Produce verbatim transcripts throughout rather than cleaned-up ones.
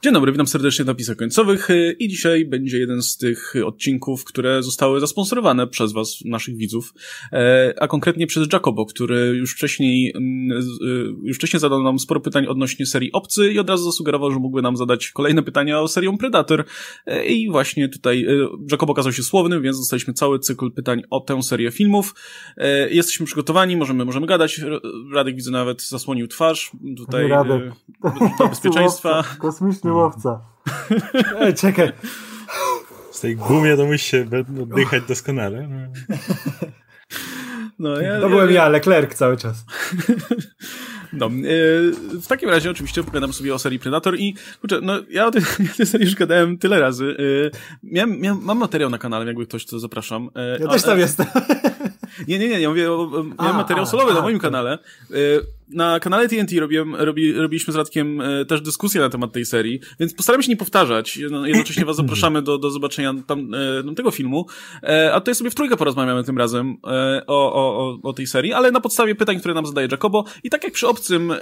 Dzień dobry, witam serdecznie w napisach końcowych i dzisiaj będzie jeden z tych odcinków, które zostały zasponsorowane przez was, naszych widzów, a konkretnie przez Jacobo, który już wcześniej już wcześniej zadał nam sporo pytań odnośnie serii Obcy i od razu zasugerował, że mógłby nam zadać kolejne pytania o serię Predator i właśnie tutaj Jacobo okazał się słowny, więc dostaliśmy cały cykl pytań o tę serię filmów. Jesteśmy przygotowani, możemy, możemy gadać. Radek, widzę, nawet zasłonił twarz tutaj Radek. dla bezpieczeństwa. Kosmiczny łowca. Ej, czekaj. Z tej gumie to musi się oddychać doskonale. No, ja, to ja, byłem ja, ja, Leclerc cały czas. No, w takim razie oczywiście pogadam sobie o serii Predator i kurczę, no ja o tej, tej serii już gadałem tyle razy. Miałem, miałem, mam materiał na kanale, jakby ktoś, to zapraszam. Ja a, też tam jestem. Nie, nie, nie, ja mówię o, miałem a, materiał solowy a, na moim to. kanale. Na kanale T N T robiłem, robi, robiliśmy z Radkiem też dyskusję na temat tej serii, więc postaramy się nie powtarzać. Jednocześnie was zapraszamy do, do zobaczenia tam, tam tego filmu. A tutaj sobie w trójkę porozmawiamy tym razem o, o, o tej serii, ale na podstawie pytań, które nam zadaje Jacobo. I tak jak przy Obcym,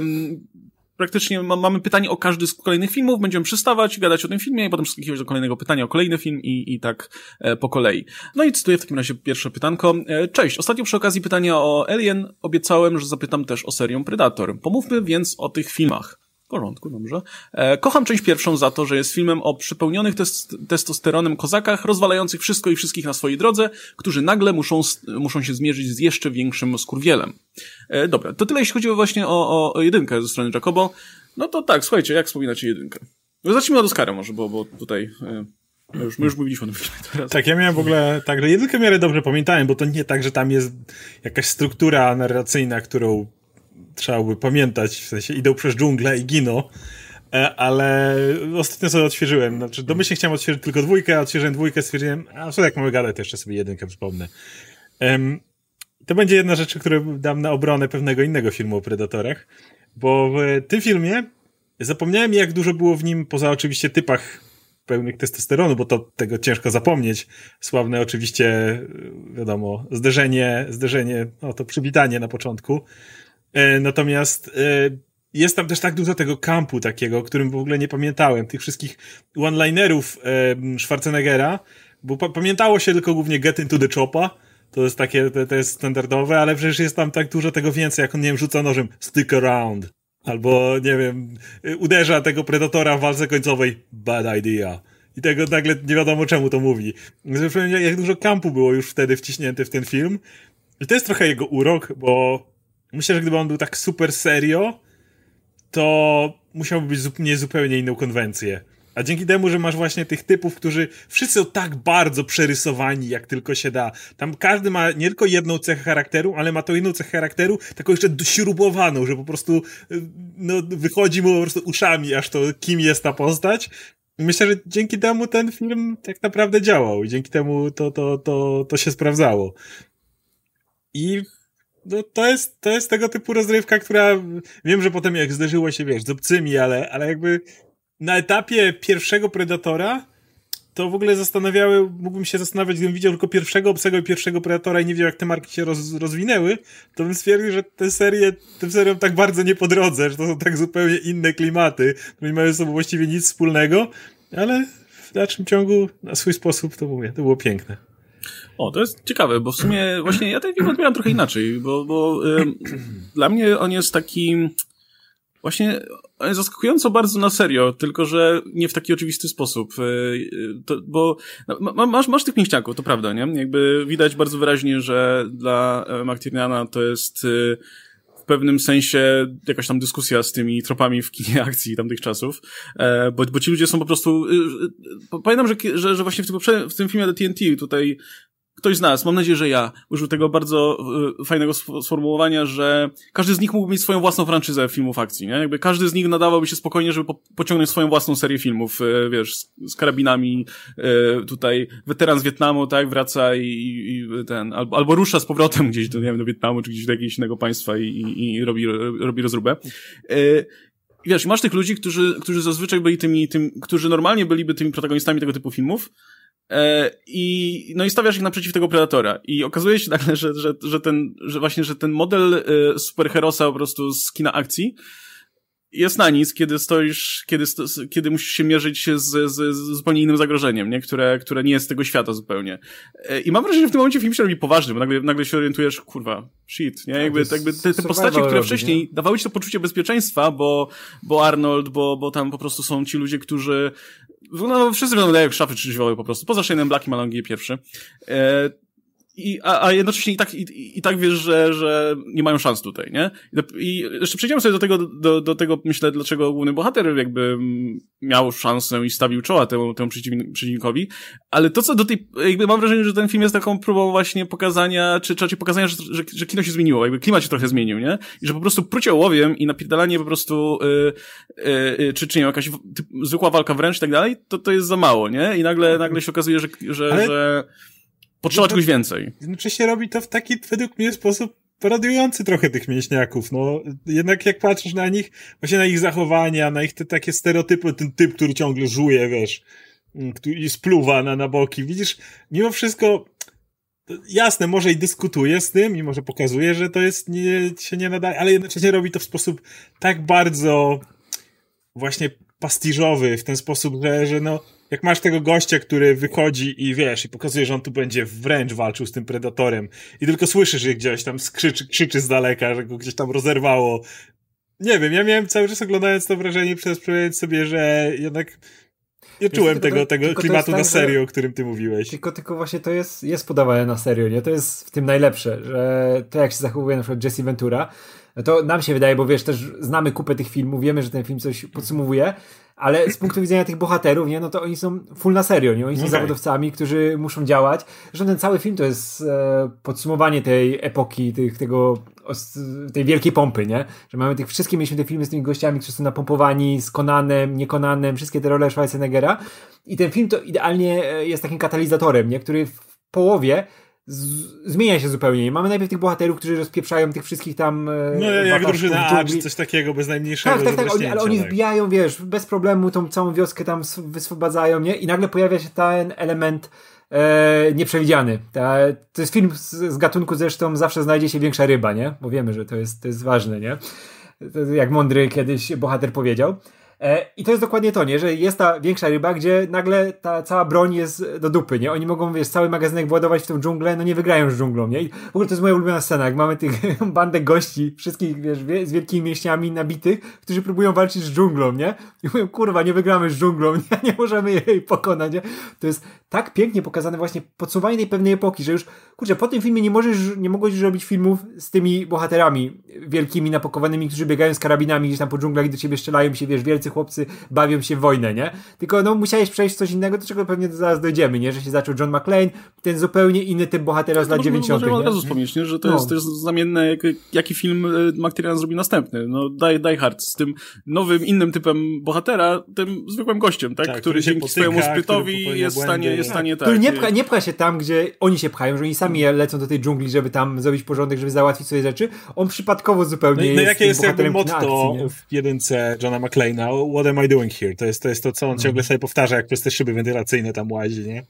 praktycznie mamy pytanie o każdy z kolejnych filmów, będziemy przystawać, gadać o tym filmie i potem przeskakiwać do kolejnego pytania o kolejny film i, i tak e, po kolei. No i cytuję w takim razie pierwsze pytanko. E, cześć, ostatnio przy okazji pytania o Alien obiecałem, że zapytam też o serię Predator. Pomówmy więc o tych filmach. W porządku, dobrze. E, kocham część pierwszą za to, że jest filmem o przypełnionych test- testosteronem kozakach, rozwalających wszystko i wszystkich na swojej drodze, którzy nagle muszą, muszą się zmierzyć z jeszcze większym skurwielem. E, dobra, to tyle jeśli chodzi właśnie o, o, o jedynkę ze strony Jacobo. No to tak, słuchajcie, jak wspominacie jedynkę? No zacznijmy od Oscara może, bo, bo tutaj... E, my, już, my już mówiliśmy o tym filmie teraz. Tak, ja miałem w ogóle tak, że jedynkę w miarę dobrze pamiętałem, bo to nie tak, że tam jest jakaś struktura narracyjna, którą trzeba by pamiętać, w sensie idą przez dżunglę i giną, ale ostatnio sobie odświeżyłem, znaczy domyślnie chciałem odświeżyć tylko dwójkę, a odświeżyłem dwójkę, stwierdziłem, a co jak mamy gadać, to jeszcze sobie jedynkę przypomnę. Um, to będzie jedna rzecz, którą dam na obronę pewnego innego filmu o Predatorach, bo w tym filmie zapomniałem, jak dużo było w nim, poza oczywiście typach pełnych testosteronu, bo to tego ciężko zapomnieć. Sławne oczywiście, wiadomo, zderzenie, zderzenie, no to przywitanie na początku. Natomiast jest tam też tak dużo tego kampu takiego, o którym w ogóle nie pamiętałem. Tych wszystkich one-linerów Schwarzeneggera, bo pamiętało się tylko głównie Get into the Choppa. To jest takie, to, to jest standardowe, ale przecież jest tam tak dużo tego więcej, jak on, nie wiem, rzuca nożem stick around. Albo, nie wiem, uderza tego Predatora w walce końcowej bad idea. I tego nagle nie wiadomo czemu to mówi. Zresztą jak dużo kampu było już wtedy wciśnięte w ten film. I to jest trochę jego urok, bo myślę, że gdyby on był tak super serio, to musiałby być zupełnie, zupełnie inną konwencję. A dzięki temu, że masz właśnie tych typów, którzy wszyscy są tak bardzo przerysowani, jak tylko się da. Tam każdy ma nie tylko jedną cechę charakteru, ale ma tą jedną cechę charakteru taką jeszcze dośrubowaną, że po prostu no, wychodzi mu po prostu uszami, aż to kim jest ta postać. Myślę, że dzięki temu ten film tak naprawdę działał i dzięki temu to, to, to, to się sprawdzało. I no, to jest, to jest tego typu rozrywka, która wiem, że potem jak zderzyło się, wiesz, z Obcymi, ale, ale jakby na etapie pierwszego Predatora to w ogóle zastanawiały, mógłbym się zastanawiać, gdybym widział tylko pierwszego Obcego i pierwszego Predatora i nie wiedział, jak te marki się roz, rozwinęły, to bym stwierdził, że te serie, tym seriom tak bardzo nie po drodze, że to są tak zupełnie inne klimaty, które nie mają ze sobą właściwie nic wspólnego, ale w dalszym ciągu na swój sposób to mówię, to było piękne. O, to jest ciekawe, bo w sumie właśnie ja ten film odbieram trochę inaczej, bo, bo ym, dla mnie on jest taki właśnie on jest zaskakująco bardzo na serio, tylko że nie w taki oczywisty sposób, yy, to, bo no, masz, masz tych mięśniaków, to prawda, nie? Jakby widać bardzo wyraźnie, że dla McTiernana to jest yy, w pewnym sensie jakaś tam dyskusja z tymi tropami w kinie akcji tamtych czasów, e, bo, bo ci ludzie są po prostu... E, pamiętam, że, że, że właśnie w tym, w tym filmie T N T tutaj ktoś z nas, mam nadzieję, że ja, użył tego bardzo e, fajnego sformułowania, że każdy z nich mógłby mieć swoją własną franczyzę filmów akcji, nie? Jakby każdy z nich nadawałby się spokojnie, żeby po, pociągnąć swoją własną serię filmów, e, wiesz, z, z karabinami, e, tutaj weteran z Wietnamu, tak, wraca i, i ten, albo, albo rusza z powrotem gdzieś do, nie wiem, do Wietnamu, czy gdzieś do jakiegoś innego państwa i, i, i robi, robi rozróbę. E, Wiesz, masz tych ludzi, którzy, którzy zazwyczaj byli tymi, tym, którzy normalnie byliby tymi protagonistami tego typu filmów, e, i, no i stawiasz ich naprzeciw tego Predatora. I okazuje się nagle, że, że, że ten, że właśnie, że ten model e, superherosa po prostu z kina akcji jest na nic, kiedy stoisz, kiedy, sto, kiedy musisz się mierzyć się z, z, z zupełnie innym zagrożeniem, nie? Które, które nie jest z tego świata zupełnie. I mam wrażenie, że w tym momencie film się robi poważny, bo nagle, nagle się orientujesz, kurwa, shit, nie? Jakby, jakby te, te postacie, które robi, wcześniej nie? dawały ci to poczucie bezpieczeństwa, bo, bo Arnold, bo, bo tam po prostu są ci ludzie, którzy, no wszyscy wyglądają jak szafy trzeźwowe po prostu, poza Shane'em Blackiem, Along pierwszy. E, I, a, a jednocześnie i tak, i, i tak wiesz, że, że nie mają szans tutaj, nie? I, do, i jeszcze przejdziemy sobie do tego, do, do tego, myślę, dlaczego główny bohater jakby miał szansę i stawił czoła temu, temu przeciwnikowi, ale to, co do tej, jakby mam wrażenie, że ten film jest taką próbą właśnie pokazania, czy, czy raczej pokazania, że, że, że kino się zmieniło, jakby klimat się trochę zmienił, nie? I że po prostu prucie ołowiem i napierdalanie po prostu, yy, yy, czy, czy nie, jakaś typ, zwykła walka wręcz i tak dalej, to, to jest za mało, nie? I nagle, nagle się okazuje, że, że, ale... że potrzeba czegoś więcej. Jednocześnie robi to w taki, według mnie, sposób parodiujący trochę tych mięśniaków, no. Jednak jak patrzysz na nich, właśnie na ich zachowania, na ich te takie stereotypy, ten typ, który ciągle żuje, wiesz, który spluwa na, na boki, widzisz, mimo wszystko, jasne, może i dyskutuje z tym i może pokazuje, że to jest, nie, się nie nadaje, ale jednocześnie robi to w sposób tak bardzo właśnie pastiżowy, w ten sposób, że, że no, jak masz tego gościa, który wychodzi i wiesz, i pokazuje, że on tu będzie wręcz walczył z tym predatorem i tylko słyszysz, że gdzieś tam skrzyczy, krzyczy z daleka, że go gdzieś tam rozerwało. Nie wiem, ja miałem cały czas oglądając to wrażenie, przedstawiając sobie, że jednak nie czułem tego, to, tego klimatu tak, na serio, że... o którym ty mówiłeś. Tylko, tylko właśnie to jest, jest podawane na serio, nie? To jest w tym najlepsze, że to jak się zachowuje na przykład Jesse Ventura, no to nam się wydaje, bo wiesz, też znamy kupę tych filmów, wiemy, że ten film coś podsumowuje, ale z punktu widzenia tych bohaterów, nie, no to oni są full na serio, nie? Oni są okay. zawodowcami, którzy muszą działać. Zresztą ten cały film to jest e, podsumowanie tej epoki, tych, tego, os, tej wielkiej pompy, nie? Że mamy tych, wszystkie mieliśmy te filmy z tymi gościami, którzy są napompowani, z Conanem, nie Conanem, wszystkie te role Schwarzeneggera. I ten film to idealnie jest takim katalizatorem, nie? Który w połowie Z, zmienia się zupełnie. Mamy najpierw tych bohaterów, którzy rozpieprzają tych wszystkich tam... No jak drużyna A, czy coś takiego, bez najmniejszego Tak, tak, tak, oni, ale oni tak. wbijają, wiesz, bez problemu tą całą wioskę tam wyswobadzają, nie? I nagle pojawia się ten element e, nieprzewidziany. Ta, to jest film z, z gatunku zresztą zawsze znajdzie się większa ryba, nie? Bo wiemy, że to jest, to jest ważne, nie? To, jak mądry kiedyś bohater powiedział. I to jest dokładnie to, nie? Że jest ta większa ryba, gdzie nagle ta cała broń jest do dupy, nie? Oni mogą, wiesz, cały magazynek władować w tą dżunglę, no nie wygrają z dżunglą, nie? I w ogóle to jest moja ulubiona scena, jak mamy tych bandę gości, wszystkich, wiesz, wie, z wielkimi mięśniami nabitych, którzy próbują walczyć z dżunglą, nie? I mówią, kurwa, nie wygramy z dżunglą, nie, nie możemy jej pokonać, nie? To jest tak pięknie pokazane właśnie podsumowanie tej pewnej epoki, że już, kurczę, po tym filmie nie możesz, nie mogłeś już robić filmów z tymi bohaterami wielkimi, napakowanymi, którzy biegają z karabinami gdzieś tam po dżunglach i do ciebie strzelają się, wiesz, wielcy chłopcy bawią się w wojnę, nie? Tylko no musiałeś przejść coś innego, do czego pewnie zaraz dojdziemy, nie? Że się zaczął John McClane, ten zupełnie inny typ bohatera z lat dziewięćdziesiątych. Możemy od razu wspomnieć, nie? Że to, no. jest, to jest znamienne, jak, jaki film McTiernan zrobi następny. No Die, Die Hard z tym nowym, innym typem bohatera, tym zwykłym gościem, tak? tak który dzięki potyka, swojemu sprytowi jest w stanie, jest w stanie tak. Który nie pcha, nie pcha się tam, gdzie oni się pchają, że oni sami lecą do tej dżungli, żeby tam zrobić porządek, żeby załatwić sobie rzeczy. On przypadkowo zupełnie no, jest. No jakie jest jakby motto akcji, w jedynce Johna McClane'a? What am I doing here? To jest, to jest to, co on hmm. ciągle sobie powtarza, jak przez te szyby wentylacyjne tam łazi, nie?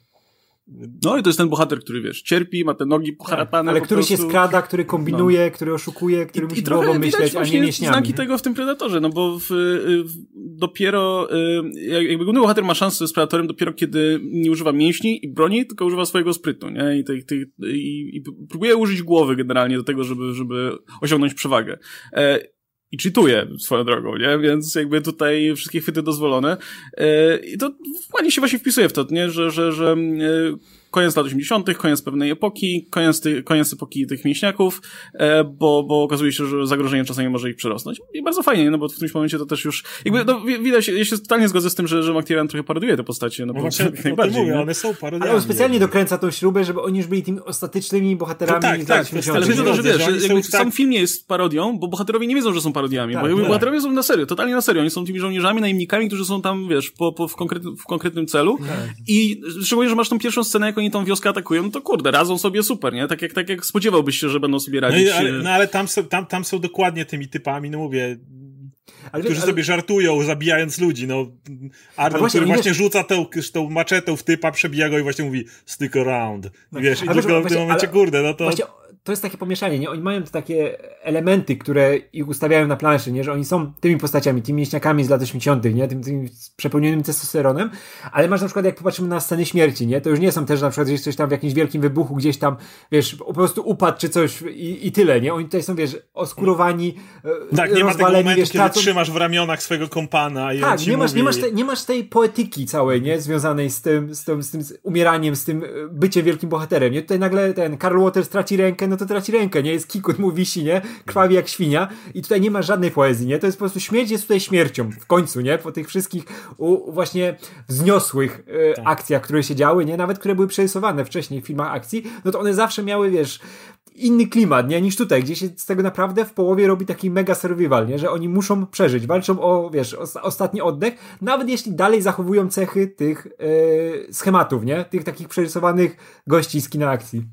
No i to jest ten bohater, który, wiesz, cierpi, ma te nogi poharatane. Ale po który prostu. się skrada, który kombinuje, no. który oszukuje, który I, musi głową myśleć, a nie mięśniami. Znaki tego w tym Predatorze, no bo w, w, dopiero jakby główny bohater ma szansę z Predatorem dopiero kiedy nie używa mięśni i broni, tylko używa swojego sprytu, nie? I, tej, tej, i, i próbuje użyć głowy generalnie do tego, żeby, żeby osiągnąć przewagę. E, I cheatuje swoją drogą, nie? Więc jakby tutaj wszystkie chwyty dozwolone. Yy, I to ładnie się właśnie wpisuje w to, nie? Że, że, że yy, koniec lat osiemdziesiątych, koniec pewnej epoki, koniec, ty, koniec epoki tych mięśniaków, e, bo, bo okazuje się, że zagrożenie czasami może ich przerosnąć. I bardzo fajnie, no bo w którymś momencie to też już, jakby, no widać, ja się totalnie zgodzę z tym, że, że McTiernan trochę paroduje te postacie, no, no bo właśnie, jak najbardziej. Mówię, one są parodiami. Ale on specjalnie dokręca tą śrubę, żeby oni już byli tymi ostatecznymi bohaterami. No tak, tak, tak, ale wiedzą, że wiesz, że jakby tak... sam film nie jest parodią, bo bohaterowie nie wiedzą, że są parodiami, tak, bo jakby tak. bohaterowie są na serio, totalnie na serio. Oni są tymi żołnierzami, najemnikami, którzy są tam, wiesz, po, po, w, konkretnym, w konkretnym celu. Tak. I szczególnie, że masz tą pierwszą scenę, jak oni tą wioskę atakują, no to kurde, radzą sobie super, nie? Tak jak, tak jak spodziewałbyś się, że będą sobie radzić. No, i, ale, no ale tam są, tam, tam są dokładnie tymi typami, no mówię, ale, którzy ale... sobie żartują, zabijając ludzi, no. Arnold, właśnie, który właśnie wiesz... rzuca tą, tą maczetą w typa, przebija go i właśnie mówi stick around. I wiesz, ale i tylko w tym momencie, ale... kurde, no to... Właśnie... to jest takie pomieszanie, nie? Oni mają te takie elementy, które ich ustawiają na planszy, nie? Że oni są tymi postaciami, tymi mięśniakami z lat osiemdziesiątych, nie? Tym, tym przepełnionym testosteronem, ale masz na przykład, jak popatrzymy na sceny śmierci, nie? To już nie są też na przykład gdzieś coś tam w jakimś wielkim wybuchu, gdzieś tam, wiesz, po prostu upadł czy coś i, i tyle, nie? Oni tutaj są, wiesz, oskurowani, tak, nie ma tego momentu, wiesz, kiedy tracą... trzymasz w ramionach swojego kompana i tak, on ci nie masz, mówi... nie masz, te, nie masz tej poetyki całej, nie? Związanej z tym, z tym, z tym umieraniem, z tym byciem wielkim bohaterem, nie? Tutaj nagle ten Carl Waters traci rękę, no to traci rękę, nie? Jest kikut, mu wisi, nie? Krwawi jak świnia i tutaj nie ma żadnej poezji, nie? To jest po prostu śmierć jest tutaj śmiercią w końcu, nie? Po tych wszystkich u, właśnie wzniosłych e, tak. akcjach, które się działy, nie? Nawet które były przerysowane wcześniej w filmach akcji, no to one zawsze miały, wiesz, inny klimat, nie? Niż tutaj, gdzie się z tego naprawdę w połowie robi taki mega survival, nie? Że oni muszą przeżyć, walczą o, wiesz, o, ostatni oddech, nawet jeśli dalej zachowują cechy tych e, schematów, nie? Tych takich przerysowanych gości z kina akcji.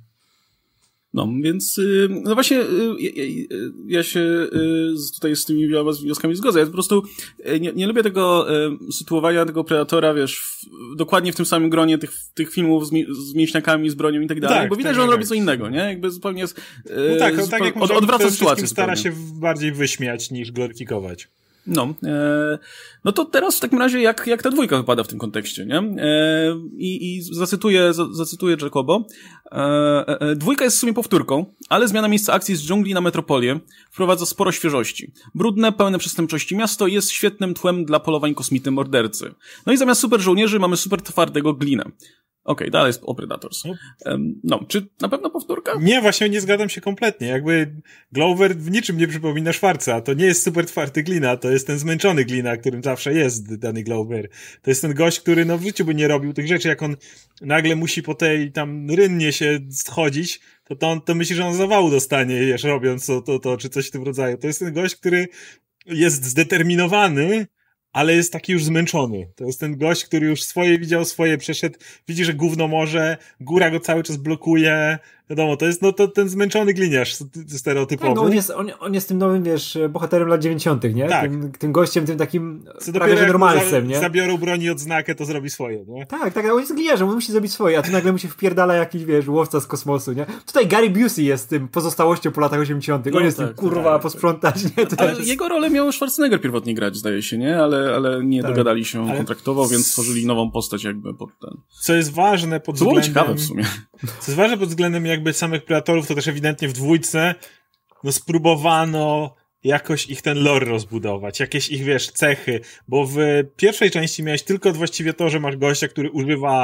No, więc, no właśnie, ja, ja się tutaj z tymi wieloma wnioskami zgodzę. Ja po prostu nie, nie lubię tego sytuowania tego Predatora, wiesz, w, dokładnie w tym samym gronie tych, tych filmów z, mi, z mięśniakami, z bronią i tak dalej, tak, bo widać, tak, że on tak. robi co innego, nie? Jakby zupełnie jest, no tak, no, tak jak od, odwraca sytuację. Stara się bardziej wyśmiać niż gloryfikować. No, e, no to teraz w takim razie jak, jak ta dwójka wypada w tym kontekście, nie? E, I i zacytuję, za, zacytuję Jacobo. E, e, dwójka jest w sumie powtórką, ale zmiana miejsca akcji z dżungli na metropolię wprowadza sporo świeżości. Brudne, pełne przestępczości miasto jest świetnym tłem dla polowań kosmity mordercy. No i zamiast super żołnierzy mamy super twardego glinę. Okej, okay, dalej jest o Predators. Um, no, czy na pewno powtórka? Nie, właśnie nie zgadzam się kompletnie. Jakby Glover w niczym nie przypomina Schwarza. To nie jest super twardy glina, to jest ten zmęczony glina, którym zawsze jest Danny Glover. To jest ten gość, który no w życiu by nie robił tych rzeczy, jak on nagle musi po tej tam rynnie się schodzić, to, to on to myśli, że on zawału dostanie, wiesz, robiąc to, to, to, czy coś w tym rodzaju. To jest ten gość, który jest zdeterminowany, ale jest taki już zmęczony. To jest ten gość, który już swoje widział, swoje przeszedł, widzi, że gówno może, góra go cały czas blokuje. Wiadomo, to jest no to ten zmęczony gliniarz stereotypowy. Tak, no on jest, on, on jest tym nowym, wiesz, bohaterem lat dziewięćdziesiątych, nie? Tak. Tym, tym gościem, tym takim co prawie że normalsem, nie? Zabiorą broni odznakę, to zrobi swoje, nie? Tak, tak, on jest gliniarzem, on musi zrobić swoje, a tu nagle mu się wpierdala jakiś, wiesz, łowca z kosmosu, nie? Tutaj Gary Busey jest tym pozostałością po latach osiemdziesiątych. On no jest tak, tym, kurwa, tak, posprzątać, nie? To ale jest... jego rolę miał Schwarzenegger pierwotnie grać, zdaje się, nie? Ale, ale nie tak. dogadali się ale... kontraktowo, więc stworzyli nową postać jakby pod ten. Co jest ważne pod Co względem... było ciekawe w sumie. Co jest ważne pod względem jakby samych Predatorów, to też ewidentnie w dwójce no spróbowano jakoś ich ten lore rozbudować, jakieś ich, wiesz, cechy, bo w pierwszej części miałeś tylko właściwie to, że masz gościa, który używa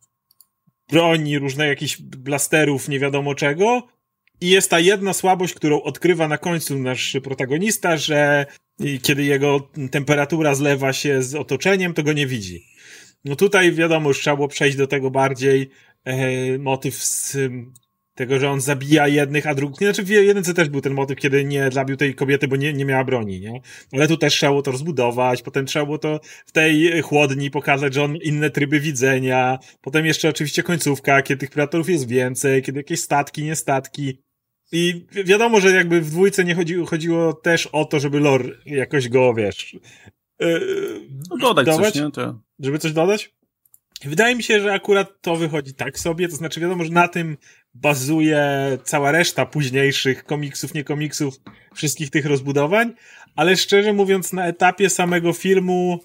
broni, różnych jakichś blasterów, nie wiadomo czego i jest ta jedna słabość, którą odkrywa na końcu nasz protagonista, że kiedy jego temperatura zlewa się z otoczeniem, to go nie widzi. No tutaj wiadomo, już trzeba było przejść do tego bardziej e, motyw z tego, że on zabija jednych, a drugich. Znaczy w jedynce też był ten motyw, kiedy nie zabił tej kobiety, bo nie, nie miała broni, nie? Ale tu też trzeba było to rozbudować, potem trzeba było to w tej chłodni pokazać, że on ma inne tryby widzenia, potem jeszcze oczywiście końcówka, kiedy tych predatorów jest więcej, kiedy jakieś statki, nie statki. I wi- wiadomo, że jakby w dwójce nie chodziło, chodziło też o to, żeby lore jakoś go, wiesz... Yy, no dodać dodawać, coś, nie? To... Żeby coś dodać? Wydaje mi się, że akurat to wychodzi tak sobie, to znaczy wiadomo, że na tym bazuje cała reszta późniejszych komiksów, nie komiksów, wszystkich tych rozbudowań, ale szczerze mówiąc na etapie samego filmu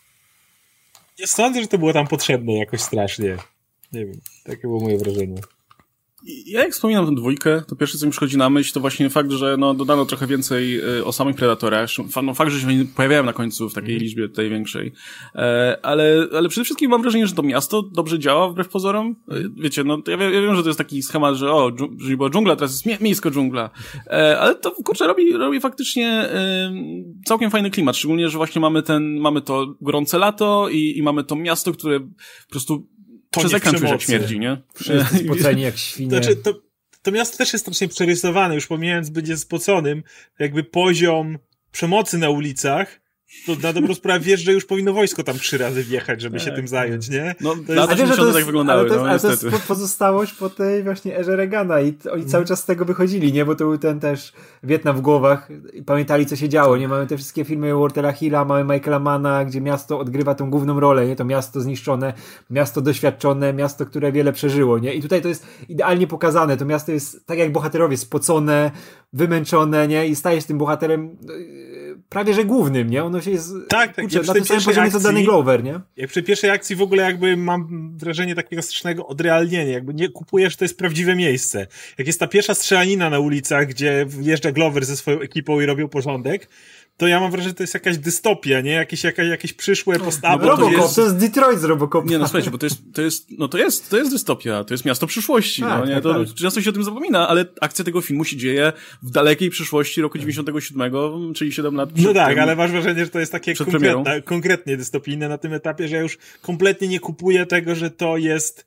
nie sądzę, że to było tam potrzebne jakoś strasznie. Nie wiem, takie było moje wrażenie. Ja jak wspominam tę dwójkę, to pierwsze co mi przychodzi na myśl to właśnie fakt, że no dodano trochę więcej y, o samych Predatorach. No fakt, że się pojawiają na końcu w takiej mm. liczbie tutaj większej. E, ale, ale przede wszystkim mam wrażenie, że to miasto dobrze działa wbrew pozorom. E, wiecie, no ja, ja wiem, że to jest taki schemat, że o, dżu- że była dżungla, teraz jest mie- miejsko dżungla. E, ale to kurczę robi, robi faktycznie y, całkiem fajny klimat. Szczególnie, że właśnie mamy ten, mamy to gorące lato i, i mamy to miasto, które po prostu przez ekran czujesz jak śmierdzi, nie? Wszyscy spoceni jak świnie. Znaczy, to, to miasto też jest strasznie przerysowane, już pomijając bycie spoconym, jakby poziom przemocy na ulicach to na dobrą sprawę wiesz, że już powinno wojsko tam trzy razy wjechać, żeby się tym zająć, nie? No, to lata dziewięćdziesiąte tak wyglądały, ale to jest, no ale to niestety. jest pozostałość po tej właśnie erze Reagana i t- oni cały czas z tego wychodzili, nie? Bo to był ten też Wietnam w głowach i pamiętali, co się działo, nie? Mamy te wszystkie filmy Waltera Hilla, mamy Michaela Manna, gdzie miasto odgrywa tą główną rolę, nie? To miasto zniszczone, miasto doświadczone, miasto, które wiele przeżyło, nie? I tutaj to jest idealnie pokazane, to miasto jest tak jak bohaterowie, spocone, wymęczone, nie? I stajesz tym bohaterem yy, prawie że głównym, nie? Ono się jest tak, tak, kurczę, na tym samym poziomie co Danny Glover, nie? Jak przy pierwszej akcji w ogóle jakby mam wrażenie takiego strasznego odrealnienia, jakby nie kupujesz, że to jest prawdziwe miejsce. Jak jest ta pierwsza strzelanina na ulicach, gdzie wjeżdża Glover ze swoją ekipą i robią porządek, to ja mam wrażenie, że to jest jakaś dystopia, nie? Jakieś, jakaś, jakieś przyszłe postawy. No, Robocop, to jest... to jest Detroit z Robocopa. Nie, no słuchajcie, bo to jest, to jest, no to jest, to jest dystopia, to jest miasto przyszłości, tak, no nie? Tak, to tak. często się o tym zapomina, ale akcja tego filmu się dzieje w dalekiej przyszłości roku dziewięćdziesiątego siódmego, czyli siedem lat przed No tak, tym, ale masz wrażenie, że to jest takie konkretne, konkretnie dystopijne na tym etapie, że ja już kompletnie nie kupuję tego, że to jest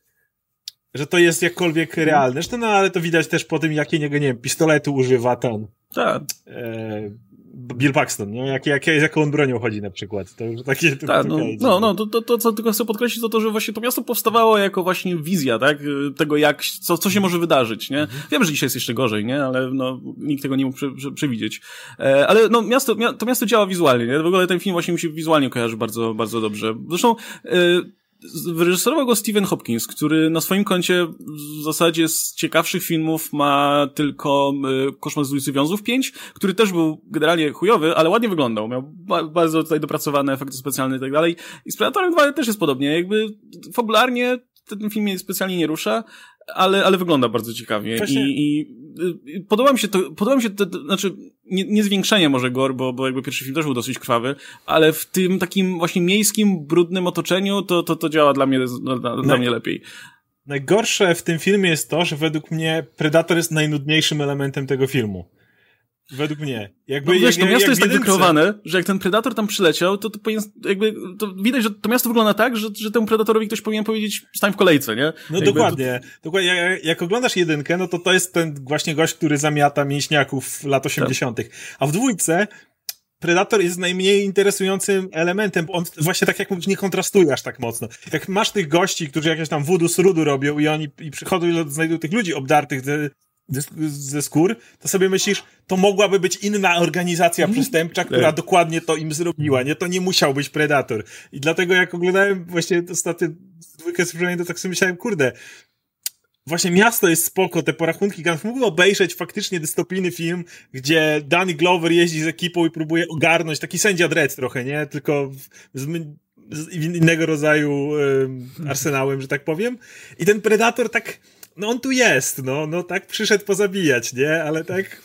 że to jest jakkolwiek realne. Zresztą, no ale to widać też po tym, jakie niego, nie wiem, pistoletu używa ten tak. E, Bill Paxton, nie? Jak, jak, z jaką on bronią chodzi na przykład. To już takie... To, tak, no, no, no to, to, to, co tylko chcę podkreślić, to to, że właśnie to miasto powstawało jako właśnie wizja, tak? Tego, jak, co, co się może wydarzyć, nie? Mhm. Wiem, że dzisiaj jest jeszcze gorzej, nie? Ale no, nikt tego nie mógł prze, prze, przewidzieć. E, ale no, miasto, mia, to miasto działa wizualnie, nie? W ogóle ten film właśnie mi się wizualnie kojarzy bardzo, bardzo dobrze. Zresztą, e, wyreżyserował go Stephen Hopkins, który na swoim koncie w zasadzie z ciekawszych filmów ma tylko y, Koszmar z ulicy Wiązów pięć, który też był generalnie chujowy, ale ładnie wyglądał. Miał ba- bardzo tutaj dopracowane efekty specjalne i tak dalej. I z Predatorem dwa też jest podobnie. Jakby fabularnie ten film mnie specjalnie nie rusza, ale, ale wygląda bardzo ciekawie. Właśnie... I, i, i podoba mi się to, podoba mi się to, to znaczy nie, nie zwiększenie może gore, bo, bo jakby pierwszy film też był dosyć krwawy, ale w tym takim właśnie miejskim, brudnym otoczeniu to, to, to działa dla mnie, dla, dla no. mnie lepiej. Najgorsze w tym filmie jest to, że według mnie Predator jest najnudniejszym elementem tego filmu. Według mnie. Jakby, no wiesz, jak, to miasto jak jest tak jedynce... wykreowane, że jak ten Predator tam przyleciał, to, to powinien, jakby, to widać, że to miasto wygląda tak, że, że temu Predatorowi ktoś powinien powiedzieć, stań w kolejce, nie? No jakby dokładnie. To... dokładnie. Jak, jak oglądasz jedynkę, no to to jest ten właśnie gość, który zamiata mięśniaków lat osiemdziesiątych. Tak. A w dwójce Predator jest najmniej interesującym elementem, bo on właśnie tak jak mówisz, nie kontrastuje aż tak mocno. Jak masz tych gości, którzy jakieś tam voodoo srudu robią i oni i przychodzą i znajdują tych ludzi obdartych ze, ze skór, to sobie myślisz, to mogłaby być inna organizacja przestępcza, która dokładnie to im zrobiła, nie? To nie musiał być Predator. I dlatego jak oglądałem właśnie ostatnio dwójkę z to tak sobie myślałem, kurde, właśnie miasto jest spoko, te porachunki, mógłbym obejrzeć faktycznie dystopijny film, gdzie Danny Glover jeździ z ekipą i próbuje ogarnąć, taki sędzia Dredd trochę, nie? Tylko z, z innego rodzaju um, arsenałem, że tak powiem. I ten Predator tak, no on tu jest, no, no tak przyszedł pozabijać, nie? Ale tak...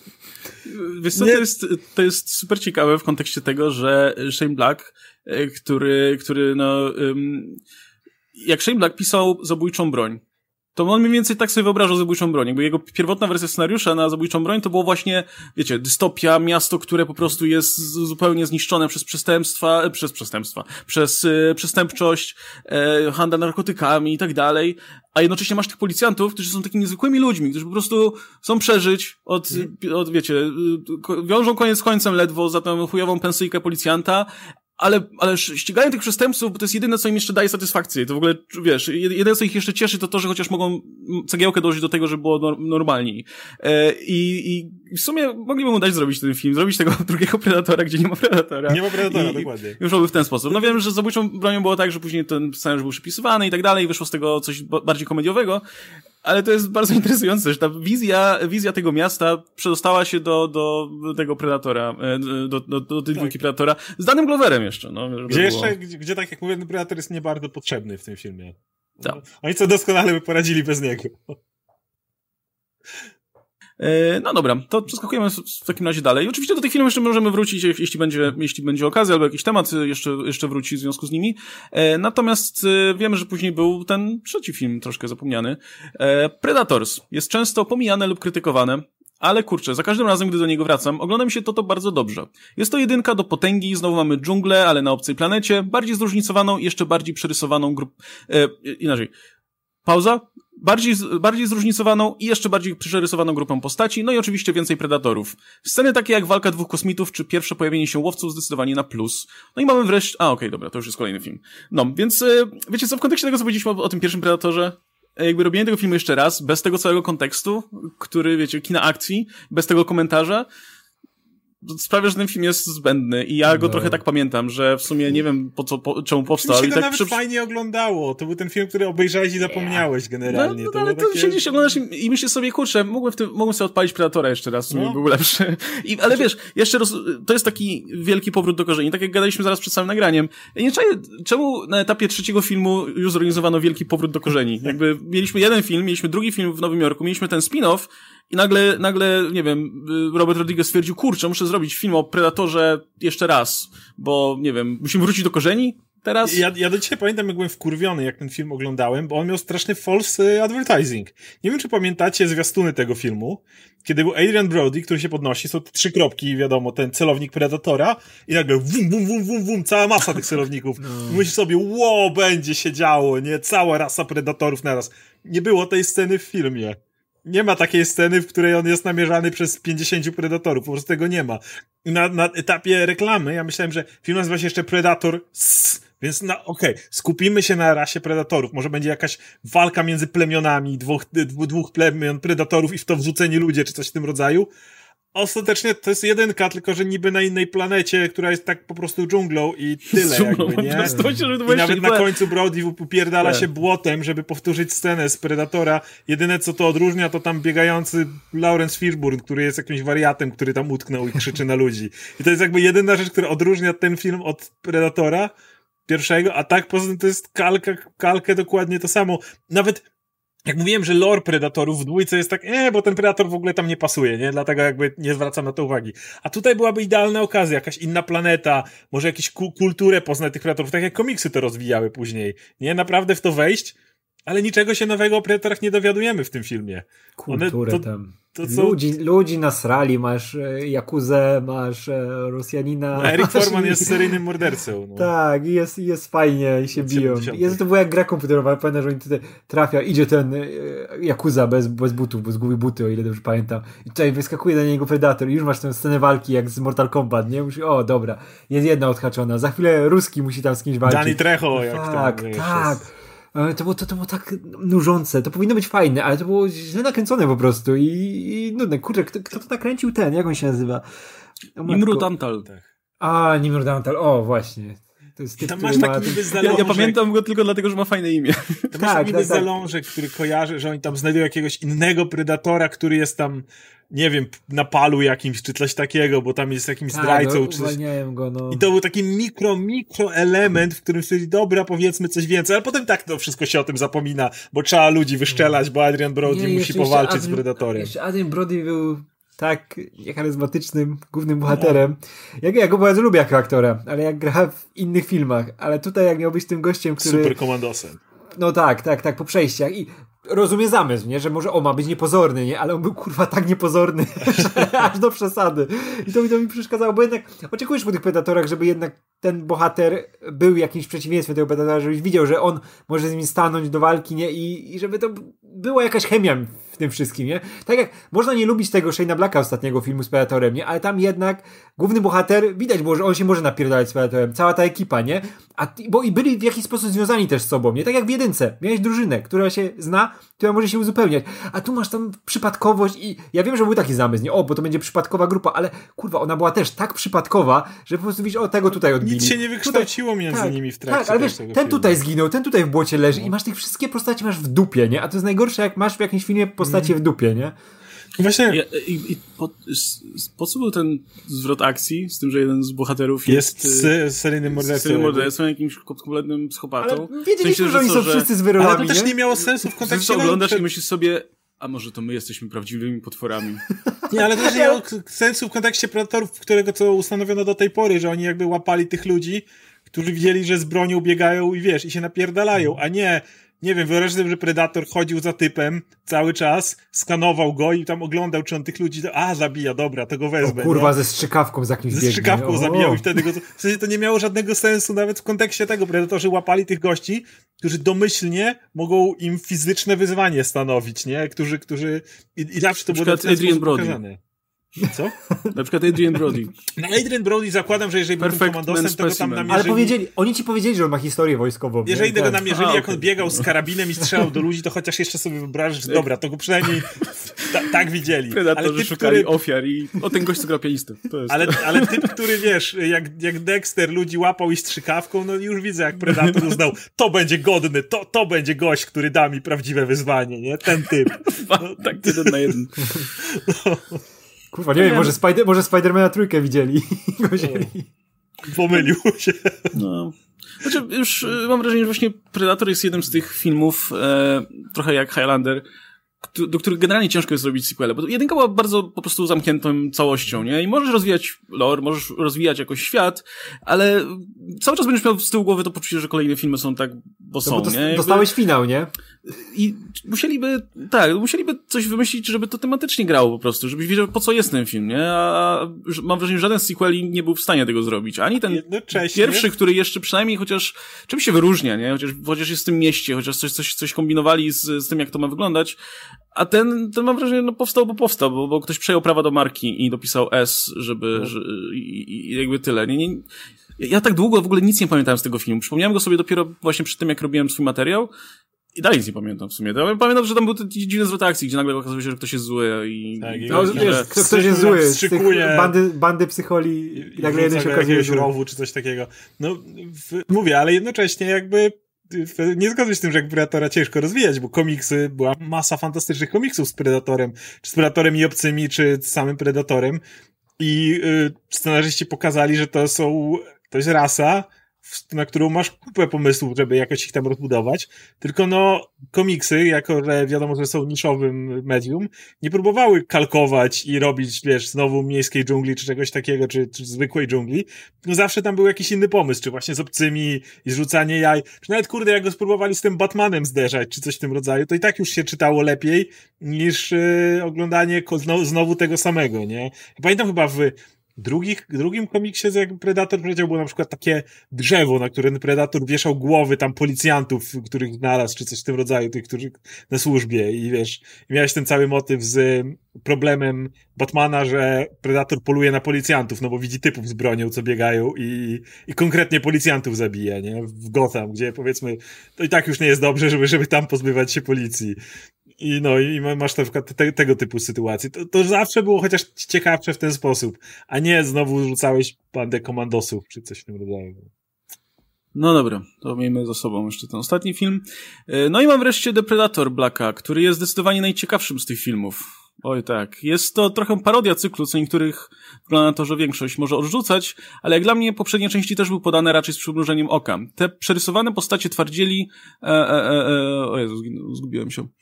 Wiesz co, nie... to jest, to jest super ciekawe w kontekście tego, że Shane Black, który, który no, um, jak Shane Black pisał Zabójczą broń, to on mniej więcej tak sobie wyobrażał zabójczą broń. Jakby jego pierwotna wersja scenariusza na zabójczą broń to było właśnie, wiecie, dystopia, miasto, które po prostu jest zupełnie zniszczone przez przestępstwa, przez przestępstwa, przez y, przestępczość, y, handel narkotykami i tak dalej. A jednocześnie masz tych policjantów, którzy są takimi zwykłymi ludźmi, którzy po prostu chcą przeżyć od, hmm. od wiecie, y, wiążą koniec z końcem ledwo za tą chujową pensyjkę policjanta, ale, ale ścigają tych przestępców, bo to jest jedyne, co im jeszcze daje satysfakcję. To w ogóle, wiesz, jedyne, co ich jeszcze cieszy, to to, że chociaż mogą cegiełkę dołożyć do tego, żeby było normalniej. E, i, I w sumie mogliby mu dać zrobić ten film, zrobić tego drugiego Predatora, gdzie nie ma Predatora. Nie ma Predatora, I, dokładnie. Już byłoby w ten sposób. No wiem, że z Zabójczą bronią było tak, że później ten scenariusz był przypisywany i tak dalej, wyszło z tego coś bardziej komediowego, ale to jest bardzo interesujące, że ta wizja, wizja tego miasta przedostała się do, do tego Predatora, do, do, do tej dwójki tak. Predatora, z Dannym Gloverem jeszcze, no. Gdzie jeszcze, gdzie, gdzie tak jak mówię, ten Predator jest nie bardzo potrzebny w tym filmie. Tak. Oni co doskonale by poradzili bez niego. No dobra, to przeskakujemy w takim razie dalej. Oczywiście do tych filmów jeszcze możemy wrócić, jeśli będzie, jeśli będzie okazja, albo jakiś temat jeszcze, jeszcze wróci w związku z nimi. Natomiast wiemy, że później był ten trzeci film, troszkę zapomniany. Predators. Jest często pomijane lub krytykowane. Ale kurczę, za każdym razem, gdy do niego wracam, ogląda mi się to to bardzo dobrze. Jest to jedynka do potęgi, znowu mamy dżunglę, ale na obcej planecie, bardziej zróżnicowaną, jeszcze bardziej przerysowaną grup... E, inaczej. Pauza. bardziej, bardziej zróżnicowaną i jeszcze bardziej przerysowaną grupą postaci, no i oczywiście więcej predatorów. Sceny takie jak walka dwóch kosmitów, czy pierwsze pojawienie się łowców zdecydowanie na plus. No i mamy wreszcie... A, okej, okay, dobra, to już jest kolejny film. No, więc wiecie co, w kontekście tego, co powiedzieliśmy o, o tym pierwszym Predatorze, jakby robienie tego filmu jeszcze raz, bez tego całego kontekstu, który, wiecie, kina akcji, bez tego komentarza, sprawia, że ten film jest zbędny i ja go no. trochę tak pamiętam, że w sumie nie wiem po co, po, czemu powstał. Mi się i go tak nawet przy... fajnie oglądało. To był ten film, który obejrzałeś i zapomniałeś generalnie. No, no to ale to takie... siedzisz, oglądasz i, i myślisz sobie, kurczę, mógłbym, w tym, mógłbym sobie odpalić Predatora jeszcze raz, w sumie no. był lepszy. I, ale wiesz, jeszcze roz... to jest taki wielki powrót do korzeni, tak jak gadaliśmy zaraz przed samym nagraniem. Ja nie czaję, czemu na etapie trzeciego filmu już zorganizowano wielki powrót do korzeni? Jakby mieliśmy jeden film, mieliśmy drugi film w Nowym Jorku, mieliśmy ten spin-off, i nagle, nagle, nie wiem, Robert Rodriguez stwierdził, kurczę, muszę zrobić film o Predatorze jeszcze raz, bo, nie wiem, musimy wrócić do korzeni teraz. Ja, ja do dzisiaj pamiętam, jak byłem wkurwiony, jak ten film oglądałem, bo on miał straszny false advertising. Nie wiem, czy pamiętacie zwiastuny tego filmu, kiedy był Adrian Brody, który się podnosi, są trzy kropki, wiadomo, ten celownik Predatora i nagle wum, wum, wum, wum, wum, cała masa tych celowników. No. Myślisz sobie, ło, będzie się działo, nie? Cała rasa Predatorów naraz. Nie było tej sceny w filmie. Nie ma takiej sceny, w której on jest namierzany przez pięćdziesięciu predatorów. Po prostu tego nie ma. Na, na etapie reklamy ja myślałem, że film nazywa się jeszcze Predator S, więc na, okej, okay, skupimy się na rasie predatorów. Może będzie jakaś walka między plemionami dwóch, dwóch plemion predatorów i w to wrzuceni ludzie, czy coś w tym rodzaju. Ostatecznie to jest jedynka, tylko że niby na innej planecie, która jest tak po prostu dżunglą i tyle dżunglą, jakby, nie? To I nawet na końcu Brody upierdala się błotem, żeby powtórzyć scenę z Predatora. Jedyne co to odróżnia, to tam biegający Lawrence Fishburne, który jest jakimś wariatem, który tam utknął i krzyczy na ludzi. I to jest jakby jedyna rzecz, która odróżnia ten film od Predatora pierwszego, a tak poza tym to jest kalka, kalkę dokładnie to samo. Nawet jak mówiłem, że lore Predatorów w dwójce jest tak, e, bo ten Predator w ogóle tam nie pasuje, nie? Dlatego jakby nie zwracam na to uwagi. A tutaj byłaby idealna okazja, jakaś inna planeta, może jakąś ku- kulturę poznać tych Predatorów, tak jak komiksy to rozwijały później. Nie? Naprawdę w to wejść, ale niczego się nowego o Predatorach nie dowiadujemy w tym filmie. Kulturę One, to, tam. To co... Ludzi, ludzi nasrali, masz e, Jakuzę, masz e, Rosjanina. No, Eric masz... Forman jest seryjnym mordercą. No. Tak, i jest, jest fajnie i się biją. Jest, to była jak gra komputerowa, pamiętam, że oni tutaj trafia, idzie ten e, Jakuza bez, bez butów, bo zgubi buty, o ile dobrze pamiętam. I tutaj wyskakuje na niego Predator i już masz tę scenę walki jak z Mortal Kombat, nie? Musi, o, dobra, jest jedna odhaczona. Za chwilę Ruski musi tam z kimś walczyć. Danny Trejo, jak tak, tam. Tak, tak. To było, to, to było tak nużące, to powinno być fajne, ale to było źle nakręcone po prostu i, i nudne. Kurczę, kto, kto to nakręcił ten? Jak on się nazywa? Nimrod Antal. A, Nimrod Antal, o właśnie. To jest typ, tam masz taki niby zalążek. Ja, ja pamiętam go tylko dlatego, że ma fajne imię. Tam tak, masz taki niby tak, zalążek, który kojarzy, że oni tam znajdują jakiegoś innego Predatora, który jest tam, nie wiem, na palu jakimś, czy coś takiego, bo tam jest jakimś tak, zdrajcą, no, czy coś. Go, no. I to był taki mikro, mikro element, w którym sobie, dobra, powiedzmy coś więcej, ale potem tak to wszystko się o tym zapomina, bo trzeba ludzi wyszczelać, bo Adrian Brody nie, musi jeszcze, powalczyć jeszcze Adrian, z Predatorem. Jeszcze Adrian Brody był tak charyzmatycznym, głównym bohaterem. No. Ja, ja go bardzo lubię jako aktora, ale jak gra w innych filmach, ale tutaj jak miał być tym gościem, który... Super komandosem. No tak, tak, tak, po przejściach i rozumiem zamysł, nie, że może o, ma być niepozorny, nie, ale on był kurwa tak niepozorny, aż do przesady. I to, to mi przeszkadzało, bo jednak oczekujesz po tych Predatorach, żeby jednak ten bohater był jakimś przeciwieństwem tego Predatora, żebyś widział, że on może z nim stanąć do walki, nie, i, i żeby to była jakaś chemia w tym wszystkim, nie. Tak jak można nie lubić tego Shane'a Blacka ostatniego filmu z Predatorem, nie, ale tam jednak główny bohater, widać było, że on się może napierdalać z Predatorem, cała ta ekipa, nie, a bo i byli w jakiś sposób związani też z sobą, nie, tak jak w jedynce, miałeś drużynę, która się zna, która może się uzupełniać, a tu masz tam przypadkowość i ja wiem, że był taki zamysł, nie, o, bo to będzie przypadkowa grupa, ale kurwa, ona była też tak przypadkowa, że po prostu widzisz, o, tego tutaj odbili. Nic się nie wykształciło tutaj, między tak, nimi w trakcie. Tak, ale wiesz, ten filmu. tutaj zginął, ten tutaj w błocie leży no. I masz tych wszystkie postaci masz w dupie, nie, a to jest najgorsze, jak masz w jakimś filmie postacie mm. w dupie, nie. Właśnie... Ja, i, i po, po co był ten zwrot akcji z tym, że jeden z bohaterów jest... Jest y, seryjnym mordercą. Seryjnym mordercą, jakimś kompletnym psychopatą. Ale wiedzieliśmy, w sensie, że oni są wszyscy z wyrolami, ale to też nie? nie miało sensu w kontekście... Ty oglądasz i myślisz sobie, a może to my jesteśmy prawdziwymi potworami. Nie, ale to też nie miało sensu w kontekście Predatorów, którego co ustanowiono do tej pory, że oni jakby łapali tych ludzi, którzy widzieli, że z bronią biegają i wiesz, i się napierdalają, a nie... nie wiem, wyobraź sobie, że Predator chodził za typem cały czas, skanował go i tam oglądał, czy on tych ludzi, a, zabija, dobra, to go wezmę. O kurwa, nie? ze strzykawką z jakimś Ze strzykawką zabijał i wtedy go... W sensie to nie miało żadnego sensu nawet w kontekście tego. Predatorzy łapali tych gości, którzy domyślnie mogą im fizyczne wyzwanie stanowić, nie? Którzy, którzy... I, i zawsze to było na ten sposób pokazane. Co? Na przykład Adrian Brody. Na Adrian Brody zakładam, że jeżeli był tym komandosem, to go tam namierzyli. Ale powiedzieli, oni ci powiedzieli, że on ma historię wojskową. Jeżeli tego tak. namierzyli, Aha, jak okay. on biegał z karabinem i strzelał do ludzi, to chociaż jeszcze sobie wyobrażasz, że dobra, to go przynajmniej ta, tak widzieli. Predatorzy ale typ, szukali który... ofiar i o, ten gość co gra pianistę. To jest ale, ale typ, który wiesz, jak, jak Dexter ludzi łapał i strzykawką, no już widzę, jak Predator uznał, to będzie godny, to, to będzie gość, który da mi prawdziwe wyzwanie, nie? Ten typ. No, tak, jeden na jeden. No. Kurwa, nie wiem, może, Spider- może Spidermana trójkę widzieli. Pomylił się. No. Znaczy, już y, mam wrażenie, że właśnie Predator jest jednym z tych filmów, e, trochę jak Highlander, k- do których generalnie ciężko jest zrobić sequele, bo jedynka była bardzo po prostu zamkniętą całością, nie? I możesz rozwijać lore, możesz rozwijać jakoś świat, ale cały czas będziesz miał z tyłu głowy to poczucie, że kolejne filmy są tak, bo są, no bo dos- nie? Jakby... Dostałeś finał, nie? I musieliby, tak, musieliby coś wymyślić, żeby to tematycznie grało po prostu, żebyś wiedział, po co jest ten film, nie? A mam wrażenie, że żaden z sequeli nie był w stanie tego zrobić. Ani ten pierwszy, który jeszcze przynajmniej chociaż czymś się wyróżnia, nie? Chociaż, chociaż jest w tym mieście, chociaż coś, coś, coś kombinowali z, z tym, jak to ma wyglądać. A ten, ten mam wrażenie, no powstał, bo powstał, bo, bo ktoś przejął prawa do marki i dopisał S, żeby, no. że, i, i jakby tyle. Nie, nie, ja tak długo w ogóle nic nie pamiętałem z tego filmu. Przypomniałem go sobie dopiero właśnie przed tym, jak robiłem swój materiał. I dalej nic nie pamiętam w sumie. Ja pamiętam, że tam był ten dziwny zwrot akcji, gdzie nagle okazuje się, że ktoś jest zły i... Tak, i no, i wiesz, że... kto, ktoś jest zły, z tych Szykuje... bandy, bandy psycholi i, i nagle jeden się okazuje jakiegoś zły. rowu czy coś takiego. No, w, mówię, ale jednocześnie jakby w, nie zgodzę się z tym, że jak Predatora ciężko rozwijać, bo komiksy, była masa fantastycznych komiksów z Predatorem, czy z Predatorem i obcymi, czy z samym Predatorem i y, scenarzyści pokazali, że to są, to jest rasa, na którą masz kupę pomysłów, żeby jakoś ich tam rozbudować, tylko no komiksy, jako że wiadomo, że są niszowym medium, nie próbowały kalkować i robić, wiesz, znowu miejskiej dżungli, czy czegoś takiego, czy, czy zwykłej dżungli, no zawsze tam był jakiś inny pomysł, czy właśnie z obcymi i zrzucanie jaj, czy nawet kurde, jak go spróbowali z tym Batmanem zderzać, czy coś w tym rodzaju, to i tak już się czytało lepiej niż yy, oglądanie ko- znowu, znowu tego samego, nie? Pamiętam chyba w Drugich, drugim komiksie, jak Predator powiedział, było na przykład takie drzewo, na które Predator wieszał głowy tam policjantów, których znalazł, czy coś w tym rodzaju, tych, którzy na służbie i wiesz, i miałeś ten cały motyw z problemem Batmana, że Predator poluje na policjantów, no bo widzi typów z bronią, co biegają i, i konkretnie policjantów zabija, nie? W Gotham, gdzie powiedzmy, to i tak już nie jest dobrze, żeby, żeby tam pozbywać się policji. I no, i masz na przykład te, tego typu sytuacje. To, to zawsze było chociaż ciekawsze w ten sposób, a nie znowu rzucałeś bandę komandosów, czy coś w tym rodzaju. No dobra, to miejmy za sobą jeszcze ten ostatni film. No i mam wreszcie The Predator Blacka, który jest zdecydowanie najciekawszym z tych filmów. Oj tak, jest to trochę parodia cyklu, co niektórych wygląda na to, że większość może odrzucać, ale jak dla mnie poprzednie części też były podane raczej z przymrużeniem oka. Te przerysowane postacie twardzieli... E, e, e, o Jezu, zgubiłem się.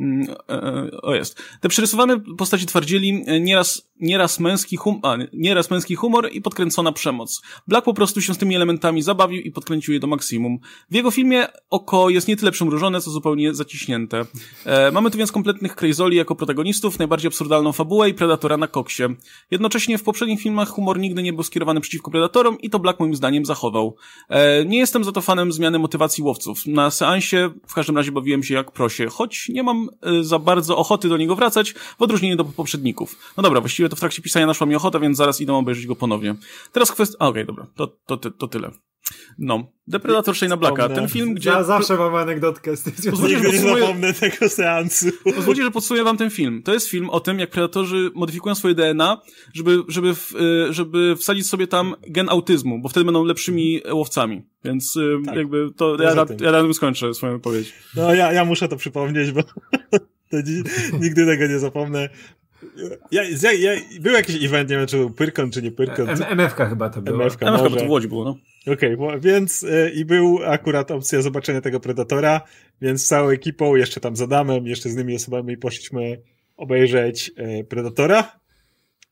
O jest. Te przerysowane postaci twardzieli nieraz, nieraz, męski hum, a, nieraz męski humor i podkręcona przemoc. Black po prostu się z tymi elementami zabawił i podkręcił je do maksimum. W jego filmie oko jest nie tyle przymrużone, co zupełnie zaciśnięte. E, mamy tu więc kompletnych crazoli jako protagonistów, najbardziej absurdalną fabułę i Predatora na koksie. Jednocześnie w poprzednich filmach humor nigdy nie był skierowany przeciwko Predatorom i to Black moim zdaniem zachował. E, nie jestem za to fanem zmiany motywacji łowców. Na seansie w każdym razie bawiłem się jak prosie, choć nie mam za bardzo ochoty do niego wracać, w odróżnieniu do poprzedników. No dobra, właściwie to w trakcie pisania naszła mi ochota, więc zaraz idę obejrzeć go ponownie. Teraz kwestia... Okej, okay, dobra, to, to, to, to tyle. No, The Predator Shane'a Blacka, ten film, gdzie... Ja zawsze mam anegdotkę z tym związaną. Nie podsumuję... zapomnę tego seansu. Pozwólcie, że podsumuję wam ten film. To jest film o tym, jak predatorzy modyfikują swoje D N A, żeby, żeby, w, żeby wsadzić sobie tam gen autyzmu, bo wtedy będą lepszymi łowcami. Więc tak, jakby to... Ja, ja, ja na tym skończę swoją wypowiedź. No, ja, ja muszę to przypomnieć, bo to nigdy tego nie zapomnę. Ja, ja, ja, był jakiś event, nie wiem, czy był Pyrkon, czy nie Pyrkon. M F K chyba to było. M F K, M F K bo to w Łodzi było, no. Okej, okay, więc y, i był akurat opcja zobaczenia tego Predatora, więc z całą ekipą, jeszcze tam z Adamem, jeszcze z innymi osobami poszliśmy obejrzeć y, Predatora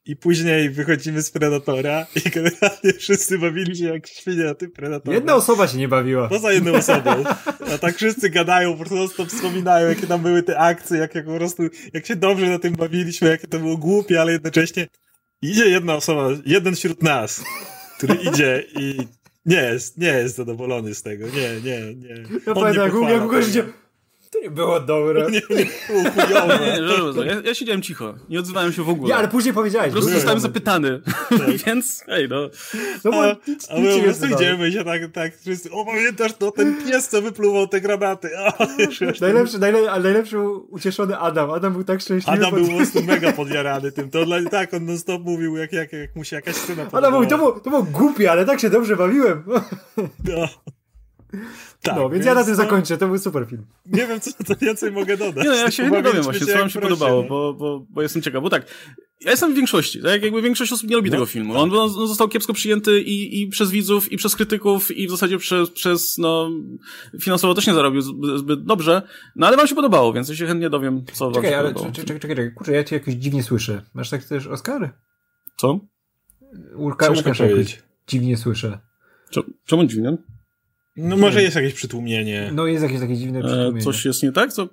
i później wychodzimy z Predatora i generalnie wszyscy bawili się jak świnie na tym Predatorze. Jedna osoba się nie bawiła. Poza jedną osobą. A tak wszyscy gadają, po prostu wspominają, jakie tam były te akcje, jak, jak po prostu, jak się dobrze na tym bawiliśmy, jakie to było głupie, ale jednocześnie idzie jedna osoba, jeden wśród nas, który idzie i nie jest, nie jest zadowolony z tego. Nie, nie, nie. Ja pamiętam, jak Łukasz idzie... To nie było dobre. Nie, nie było chujowe. Nie, nie, ja, ja siedziałem cicho. Nie odzywałem się w ogóle. Ja, ale później powiedziałeś. Po prostu zostałem zapytany. Więc, hej, no. no bo, a, nic, a my po prostu idziemy się tak, tak wszyscy, o pamiętasz to, ten pies, co wypluwał te granaty. O, najlepszy, najlepszy, ale najlepszy ucieszony Adam. Adam był tak szczęśliwy. Adam pod... był po prostu mega podjarany tym. To dla, tak, on non stop mówił, jak, jak, jak mu się jakaś scena podobała. Adam mówił, to było, to było głupie, ale tak się dobrze bawiłem. No. Tak, no, więc, więc ja na tym no, zakończę, to był super film. Nie wiem, co to więcej mogę dodać. Nie, no, ja się nie dowiem właśnie, co wam się podobało, no. bo, bo, bo jestem ciekaw, bo tak, ja jestem w większości, tak, jakby większość osób nie lubi no, tego filmu. Tak. On, on został kiepsko przyjęty i, i przez widzów, i przez krytyków, i w zasadzie przez, przez no, finansowo też nie zarobił zbyt dobrze, no ale wam się podobało, więc ja się chętnie dowiem, co czekaj, wam się ale, podobało. Czekaj, czekaj, czekaj, kurczę, ja cię jakoś dziwnie słyszę. Masz tak też Oscary? Co? Łuka, Łukasz jakoś dziwnie słyszę. Czemu dziwnie? No może jest jakieś przytłumienie. No jest jakieś takie dziwne przytłumienie. E, coś jest nie tak? Co?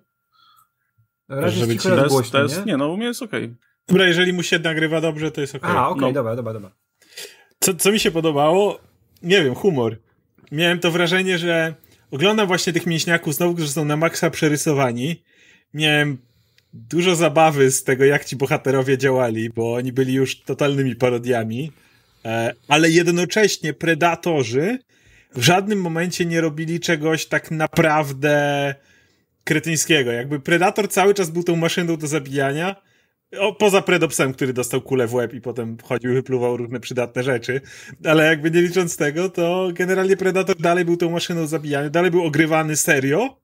Raz jest cicho, raz głośno, nie? nie, no u mnie jest okej. Okay. Dobra, jeżeli mu się nagrywa dobrze, to jest okej. Okay. A, okej, okay, no. dobra, dobra, dobra. Co, co mi się podobało? Nie wiem, humor. Miałem to wrażenie, że oglądam właśnie tych mięśniaków znowu, którzy są na maksa przerysowani. Miałem dużo zabawy z tego, jak ci bohaterowie działali, bo oni byli już totalnymi parodiami. E, ale jednocześnie predatorzy w żadnym momencie nie robili czegoś tak naprawdę kretyńskiego. Jakby Predator cały czas był tą maszyną do zabijania, o, poza Predopsem, który dostał kulę w łeb i potem chodził, wypluwał różne przydatne rzeczy, ale jakby nie licząc tego, to generalnie Predator dalej był tą maszyną zabijania, dalej był ogrywany serio,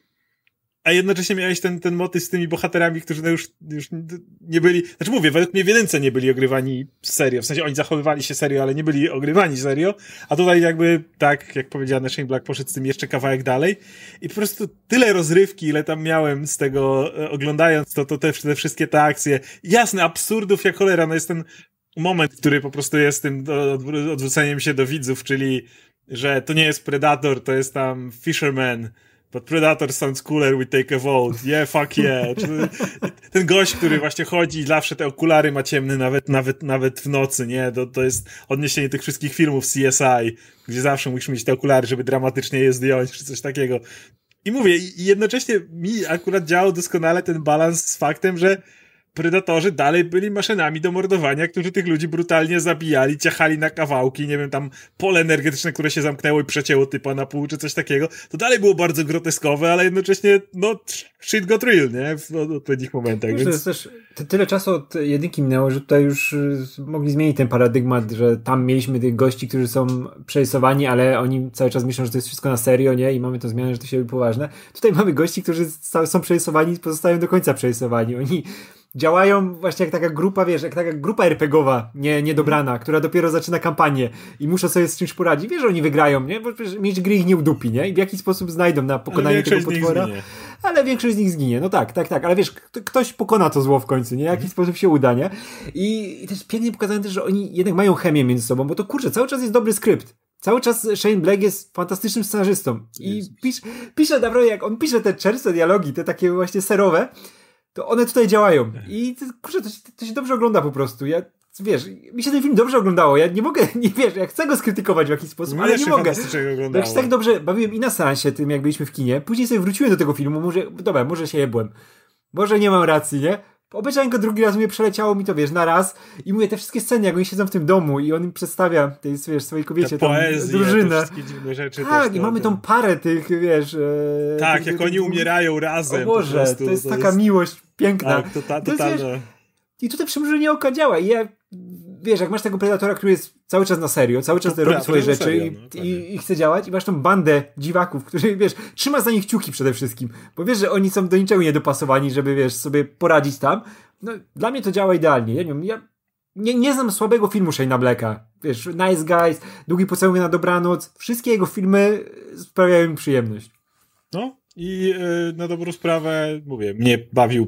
a jednocześnie miałeś ten, ten motyw z tymi bohaterami, którzy no już, już nie byli... Znaczy mówię, według mnie w jedynce nie byli ogrywani serio. W sensie oni zachowywali się serio, ale nie byli ogrywani serio. A tutaj jakby, tak jak powiedziałem, Shane Black poszedł z tym jeszcze kawałek dalej. I po prostu tyle rozrywki, ile tam miałem z tego, e, oglądając to, to te, te wszystkie te akcje. Jasne, absurdów jak cholera. No jest ten moment, który po prostu jest tym odwróceniem się do widzów, czyli że to nie jest Predator, to jest tam Fisherman. But Predator sounds cooler, we take a vote. Yeah, fuck yeah. Ten gość, który właśnie chodzi i zawsze te okulary ma ciemne, nawet, nawet, nawet w nocy, nie? To, to jest odniesienie tych wszystkich filmów C S I, gdzie zawsze musisz mieć te okulary, żeby dramatycznie je zdjąć, czy coś takiego. I mówię, i jednocześnie mi akurat działał doskonale ten balans z faktem, że Predatorzy dalej byli maszynami do mordowania, którzy tych ludzi brutalnie zabijali, ciachali na kawałki, nie wiem, tam pole energetyczne, które się zamknęło i przecięło typa na pół, czy coś takiego. To dalej było bardzo groteskowe, ale jednocześnie, no, shit got real, nie? W odpowiednich momentach. Wiesz, więc... To jest też tyle czasu od jedynki minęło, że tutaj już mogli zmienić ten paradygmat, że tam mieliśmy tych gości, którzy są przerysowani, ale oni cały czas myślą, że to jest wszystko na serio, nie? I mamy tą zmianę, że to się robi poważne. Tutaj mamy gości, którzy są przerysowani i pozostają do końca przerysowani. Oni działają właśnie jak taka grupa, wiesz, jak taka grupa er pe gie owa, nie, niedobrana, która dopiero zaczyna kampanię i muszą sobie z czymś poradzić. Wiesz, że oni wygrają, nie? Bo mieć gry ich nie udupi, nie? I w jakiś sposób znajdą na pokonanie tego potwora. Ale większość z nich zginie. No tak, tak, tak. Ale wiesz, ktoś pokona to zło w końcu, nie? W jakiś sposób się uda, nie? I, i też pięknie pokazane też, że oni jednak mają chemię między sobą, bo to kurczę, cały czas jest dobry skrypt. Cały czas Shane Black jest fantastycznym scenarzystą. I pisz, pisze naprawdę, jak on pisze te czerste dialogi, te takie właśnie serowe, to one tutaj działają. I kurczę, to się, to się dobrze ogląda po prostu. Ja, wiesz, mi się ten film dobrze oglądało. Ja nie mogę, nie wiesz, ja chcę go skrytykować w jakiś sposób, ale nie mogę. Bo jak się tak dobrze bawiłem i na seansie tym, jak byliśmy w kinie, później sobie wróciłem do tego filmu, może, dobra, może się jebłem. Może nie mam racji, nie? Obejrzałem go drugi raz, mówię, przeleciało mi to, wiesz, na raz i mówię, te wszystkie sceny, jak oni siedzą w tym domu i on im przedstawia tej, wiesz, swojej kobiecie tą drużynę. Rzeczy tak, też, i mamy tą parę tych, wiesz... E, tak, tych, jak tych, oni tych, umierają razem. O Boże, po prostu, to jest to taka jest... miłość piękna. Tak, to, ta, to, to jest, wiesz, i tutaj przymrużenie oka działa i ja, wiesz, jak masz tego Predatora, który jest cały czas na serio, cały czas to robi swoje rzeczy serio, no, i, i, i chce działać i masz tą bandę dziwaków, którzy, wiesz, trzyma za nich kciuki przede wszystkim, bo wiesz, że oni są do niczego niedopasowani, żeby, wiesz, sobie poradzić tam. No, dla mnie to działa idealnie. Ja nie wiem, ja nie, nie znam słabego filmu Shane'a Blacka. Wiesz, Nice Guys, Długi pocałunek na dobranoc, wszystkie jego filmy sprawiają mi przyjemność. No i yy, na dobrą sprawę, mówię, mnie bawił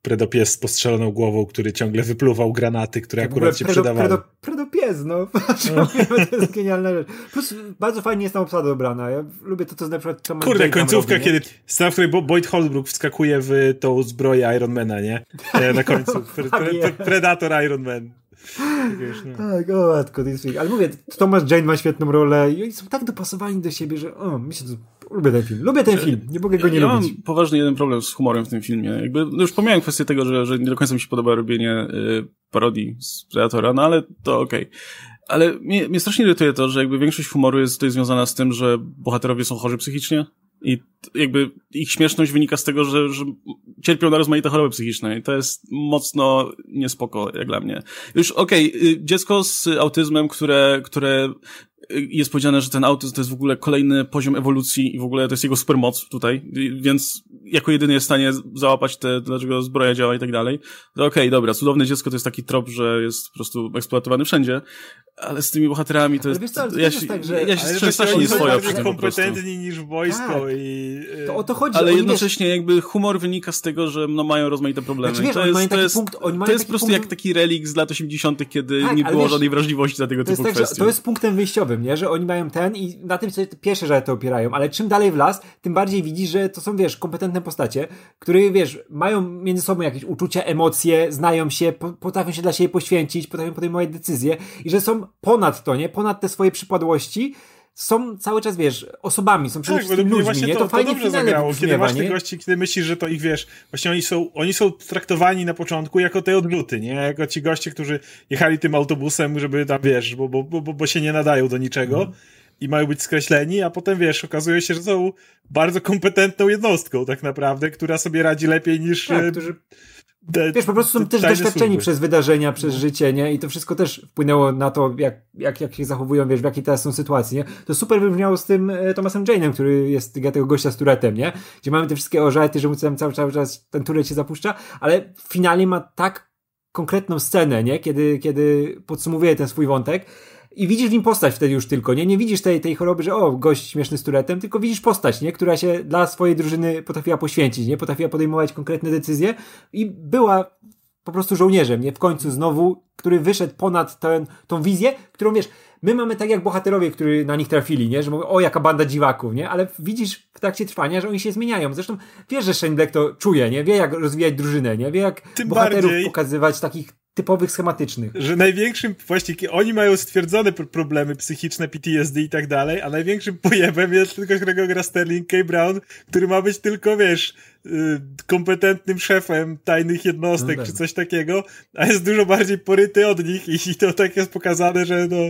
predopies z postrzeloną głową, który ciągle wypluwał granaty, które akurat się predo, przydawały. Predo, predopies, no. no. To jest genialna rzecz. Plus bardzo fajnie jest tam obsada dobrana. Ja lubię to, co na przykład Thomas Kurde, Jane końcówka, robi, kiedy scena, w której Boyd Holbrook wskakuje w tą zbroję Ironmana, nie? Na końcu. Pre, pre, Predator Iron Man. Tak, wiesz, no. Tak, o matko, to jest film. Ale mówię, Thomas Jane ma świetną rolę i oni są tak dopasowani do siebie, że o, mi się to... Lubię ten film. Lubię ten film. Nie mogę go nie ja lubić. Mam poważny jeden problem z humorem w tym filmie. Jakby, no już pomijałem kwestię tego, że, że nie do końca mi się podoba robienie y, parodii z Predatora, no ale to okej. Okay. Ale mnie, mnie strasznie irytuje to, że jakby większość humoru jest tutaj związana z tym, że bohaterowie są chorzy psychicznie i jakby ich śmieszność wynika z tego, że, że cierpią na rozmaite choroby psychiczne i to jest mocno niespoko, jak dla mnie. Już okej, okay, dziecko z autyzmem, które, które jest powiedziane, że ten autyzm to jest w ogóle kolejny poziom ewolucji i w ogóle to jest jego supermoc tutaj, więc jako jedyny jest w stanie załapać te, dlaczego zbroja działa i tak dalej. To okej, okay, dobra, cudowne dziecko to jest taki trop, że jest po prostu eksploatowany wszędzie, ale z tymi bohaterami to jest... Ale wiesz co, to ja jest się, tak, że... ja się strasznie nie swoja przy tym po prostu. kompetentni niż wojsko tak. i... To o to chodzi. Ale oni jednocześnie wiesz... jakby humor wynika z tego, że no mają rozmaite problemy. Znaczy, wiesz, to jest, to jest, punkt, to jest po prostu punkt... jak taki relikt z lat osiemdziesiątych, kiedy tak, nie było wiesz, żadnej wrażliwości dla tego typu tak, kwestii. To jest punktem wyjściowym, nie? Że oni mają ten i na tym sobie pierwsze żarty opierają, ale czym dalej w las, tym bardziej widzisz, że to są, wiesz, kompetentne postacie, które, wiesz, mają między sobą jakieś uczucia, emocje, znają się, po, potrafią się dla siebie poświęcić, potrafią podejmować decyzje i że są ponad to, nie? Ponad te swoje przypadłości, są cały czas, wiesz, osobami, są przede tak, wszystkim ludźmi, właśnie nie? To, to, to fajnie dobrze zagrało, kiedy masz nie? tych gości, kiedy myślisz, że to ich, wiesz, właśnie oni są, oni są traktowani na początku jako te odrzuty, nie? Jako ci goście, którzy jechali tym autobusem, żeby tam, wiesz, bo, bo, bo, bo się nie nadają do niczego. Mm. I mają być skreśleni, a potem, wiesz, okazuje się, że są bardzo kompetentną jednostką tak naprawdę, która sobie radzi lepiej niż... Tak, którzy... Te, wiesz, po prostu są też doświadczeni służby. Przez wydarzenia, przez no. życie, nie? I to wszystko też wpłynęło na to, jak, jak, jak się zachowują, wiesz, w jakiej teraz są sytuacji, nie? To super wybrzmiało z tym e, Thomasem Jane'em, który jest gra tego gościa z Tourette'em, nie? Gdzie mamy te wszystkie ożarty, że mu tam cały, cały czas ten Tourette się zapuszcza, ale finalnie ma tak konkretną scenę, nie? Kiedy, kiedy podsumowuje ten swój wątek, i widzisz w nim postać wtedy już tylko, nie? Nie widzisz tej, tej choroby, że o, gość śmieszny z Tourette'em, tylko widzisz postać, nie? Która się dla swojej drużyny potrafiła poświęcić, nie? Potrafiła podejmować konkretne decyzje i była po prostu żołnierzem, nie? W końcu znowu, który wyszedł ponad ten, tą wizję, którą, wiesz, my mamy tak jak bohaterowie, którzy na nich trafili, nie? Że mówią, o, jaka banda dziwaków, nie? Ale widzisz w trakcie trwania, że oni się zmieniają. Zresztą wiesz, że Shane Black to czuje, nie? Wie, jak rozwijać drużynę, nie? Wie, jak Tym bohaterów bardziej... pokazywać takich typowych, schematycznych. Że największym, właśnie oni mają stwierdzone problemy psychiczne, P T S D i tak dalej, a największym pojebem jest tylko, którego gra Sterling K. Brown, który ma być tylko, wiesz, kompetentnym szefem tajnych jednostek, no czy coś takiego, a jest dużo bardziej poryty od nich i, i to tak jest pokazane, że no,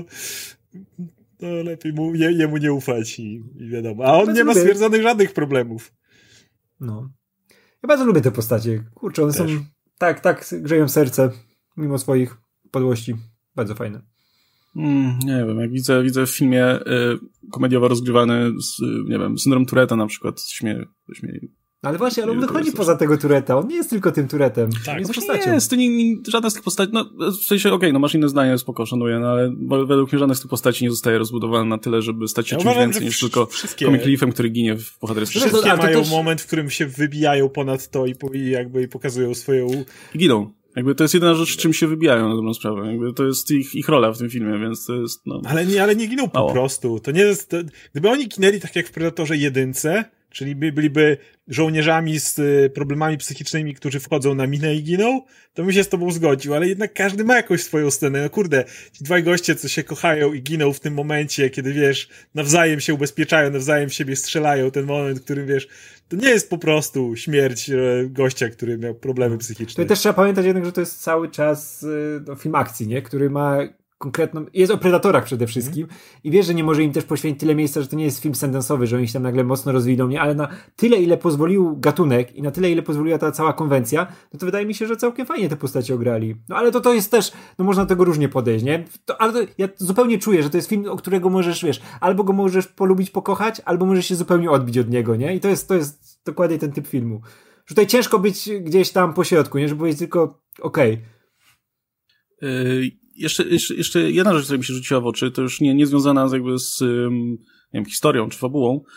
no lepiej mu, je, jemu nie ufać i, i wiadomo. A on ja nie ma lubię. stwierdzonych żadnych problemów. No. Ja bardzo lubię te postacie. Kurczę, one Też. są tak, tak grzeją serce. Mimo swoich podłości. Bardzo fajne. Mm, nie wiem, jak widzę, widzę w filmie y, komediowo rozgrywany z, nie wiem, syndrom Tourette'a na przykład, śmieję, śmieję. Ale właśnie, ale on wychodzi poza tego Tourette'a. On nie jest tylko tym Tourette'em. Tak, jest postacią. Jest, to nie, nie, żadna z tych postaci, no w sensie, okej, okay, no masz inne zdanie, spoko, szanuję, no ale według mnie żadna z tych postaci nie zostaje rozbudowana na tyle, żeby stać się ja czymś uważam, więcej niż tylko comic reliefem, który ginie w bohaterstwie. Wszystkie to, mają też... moment, w którym się wybijają ponad to i, i jakby i pokazują swoją... I giną. Jakby to jest jedyna rzecz, czym się wybijają na dobrą sprawę. Jakby to jest ich, ich rola w tym filmie, więc to jest, no... Ale nie, ale nie giną po Mało. prostu. To nie jest... To, gdyby oni ginęli tak jak w Predatorze jedynce, czyli by, byliby żołnierzami z y, problemami psychicznymi, którzy wchodzą na minę i giną, to bym się z tobą zgodził, ale jednak każdy ma jakąś swoją scenę. No kurde, ci dwaj goście, co się kochają i giną w tym momencie, kiedy, wiesz, nawzajem się ubezpieczają, nawzajem w siebie strzelają, ten moment, w którym, wiesz, to nie jest po prostu śmierć e, gościa, który miał problemy psychiczne. To też trzeba pamiętać jednak, że to jest cały czas y, no, film akcji, nie? Który ma konkretną... Jest o predatorach przede wszystkim mm. i wiesz, że nie może im też poświęcić tyle miejsca, że to nie jest film sentensowy, że oni się tam nagle mocno rozwiną, nie? Ale na tyle, ile pozwolił gatunek i na tyle, ile pozwoliła ta cała konwencja, no to wydaje mi się, że całkiem fajnie te postacie ograli. No ale to to jest też, no można do tego różnie podejść, nie? To, ale to, ja zupełnie czuję, że to jest film, o którego możesz, wiesz, albo go możesz polubić, pokochać, albo możesz się zupełnie odbić od niego, nie? I to jest, to jest dokładnie ten typ filmu. Że tutaj ciężko być gdzieś tam po środku, nie? Żeby powiedzieć tylko okej. Okay. Yy... Jeszcze, jeszcze, jeszcze jedna rzecz, która mi się rzuciła w oczy, to już nie, nie związana z jakby z, nie wiem, historią czy fabułą,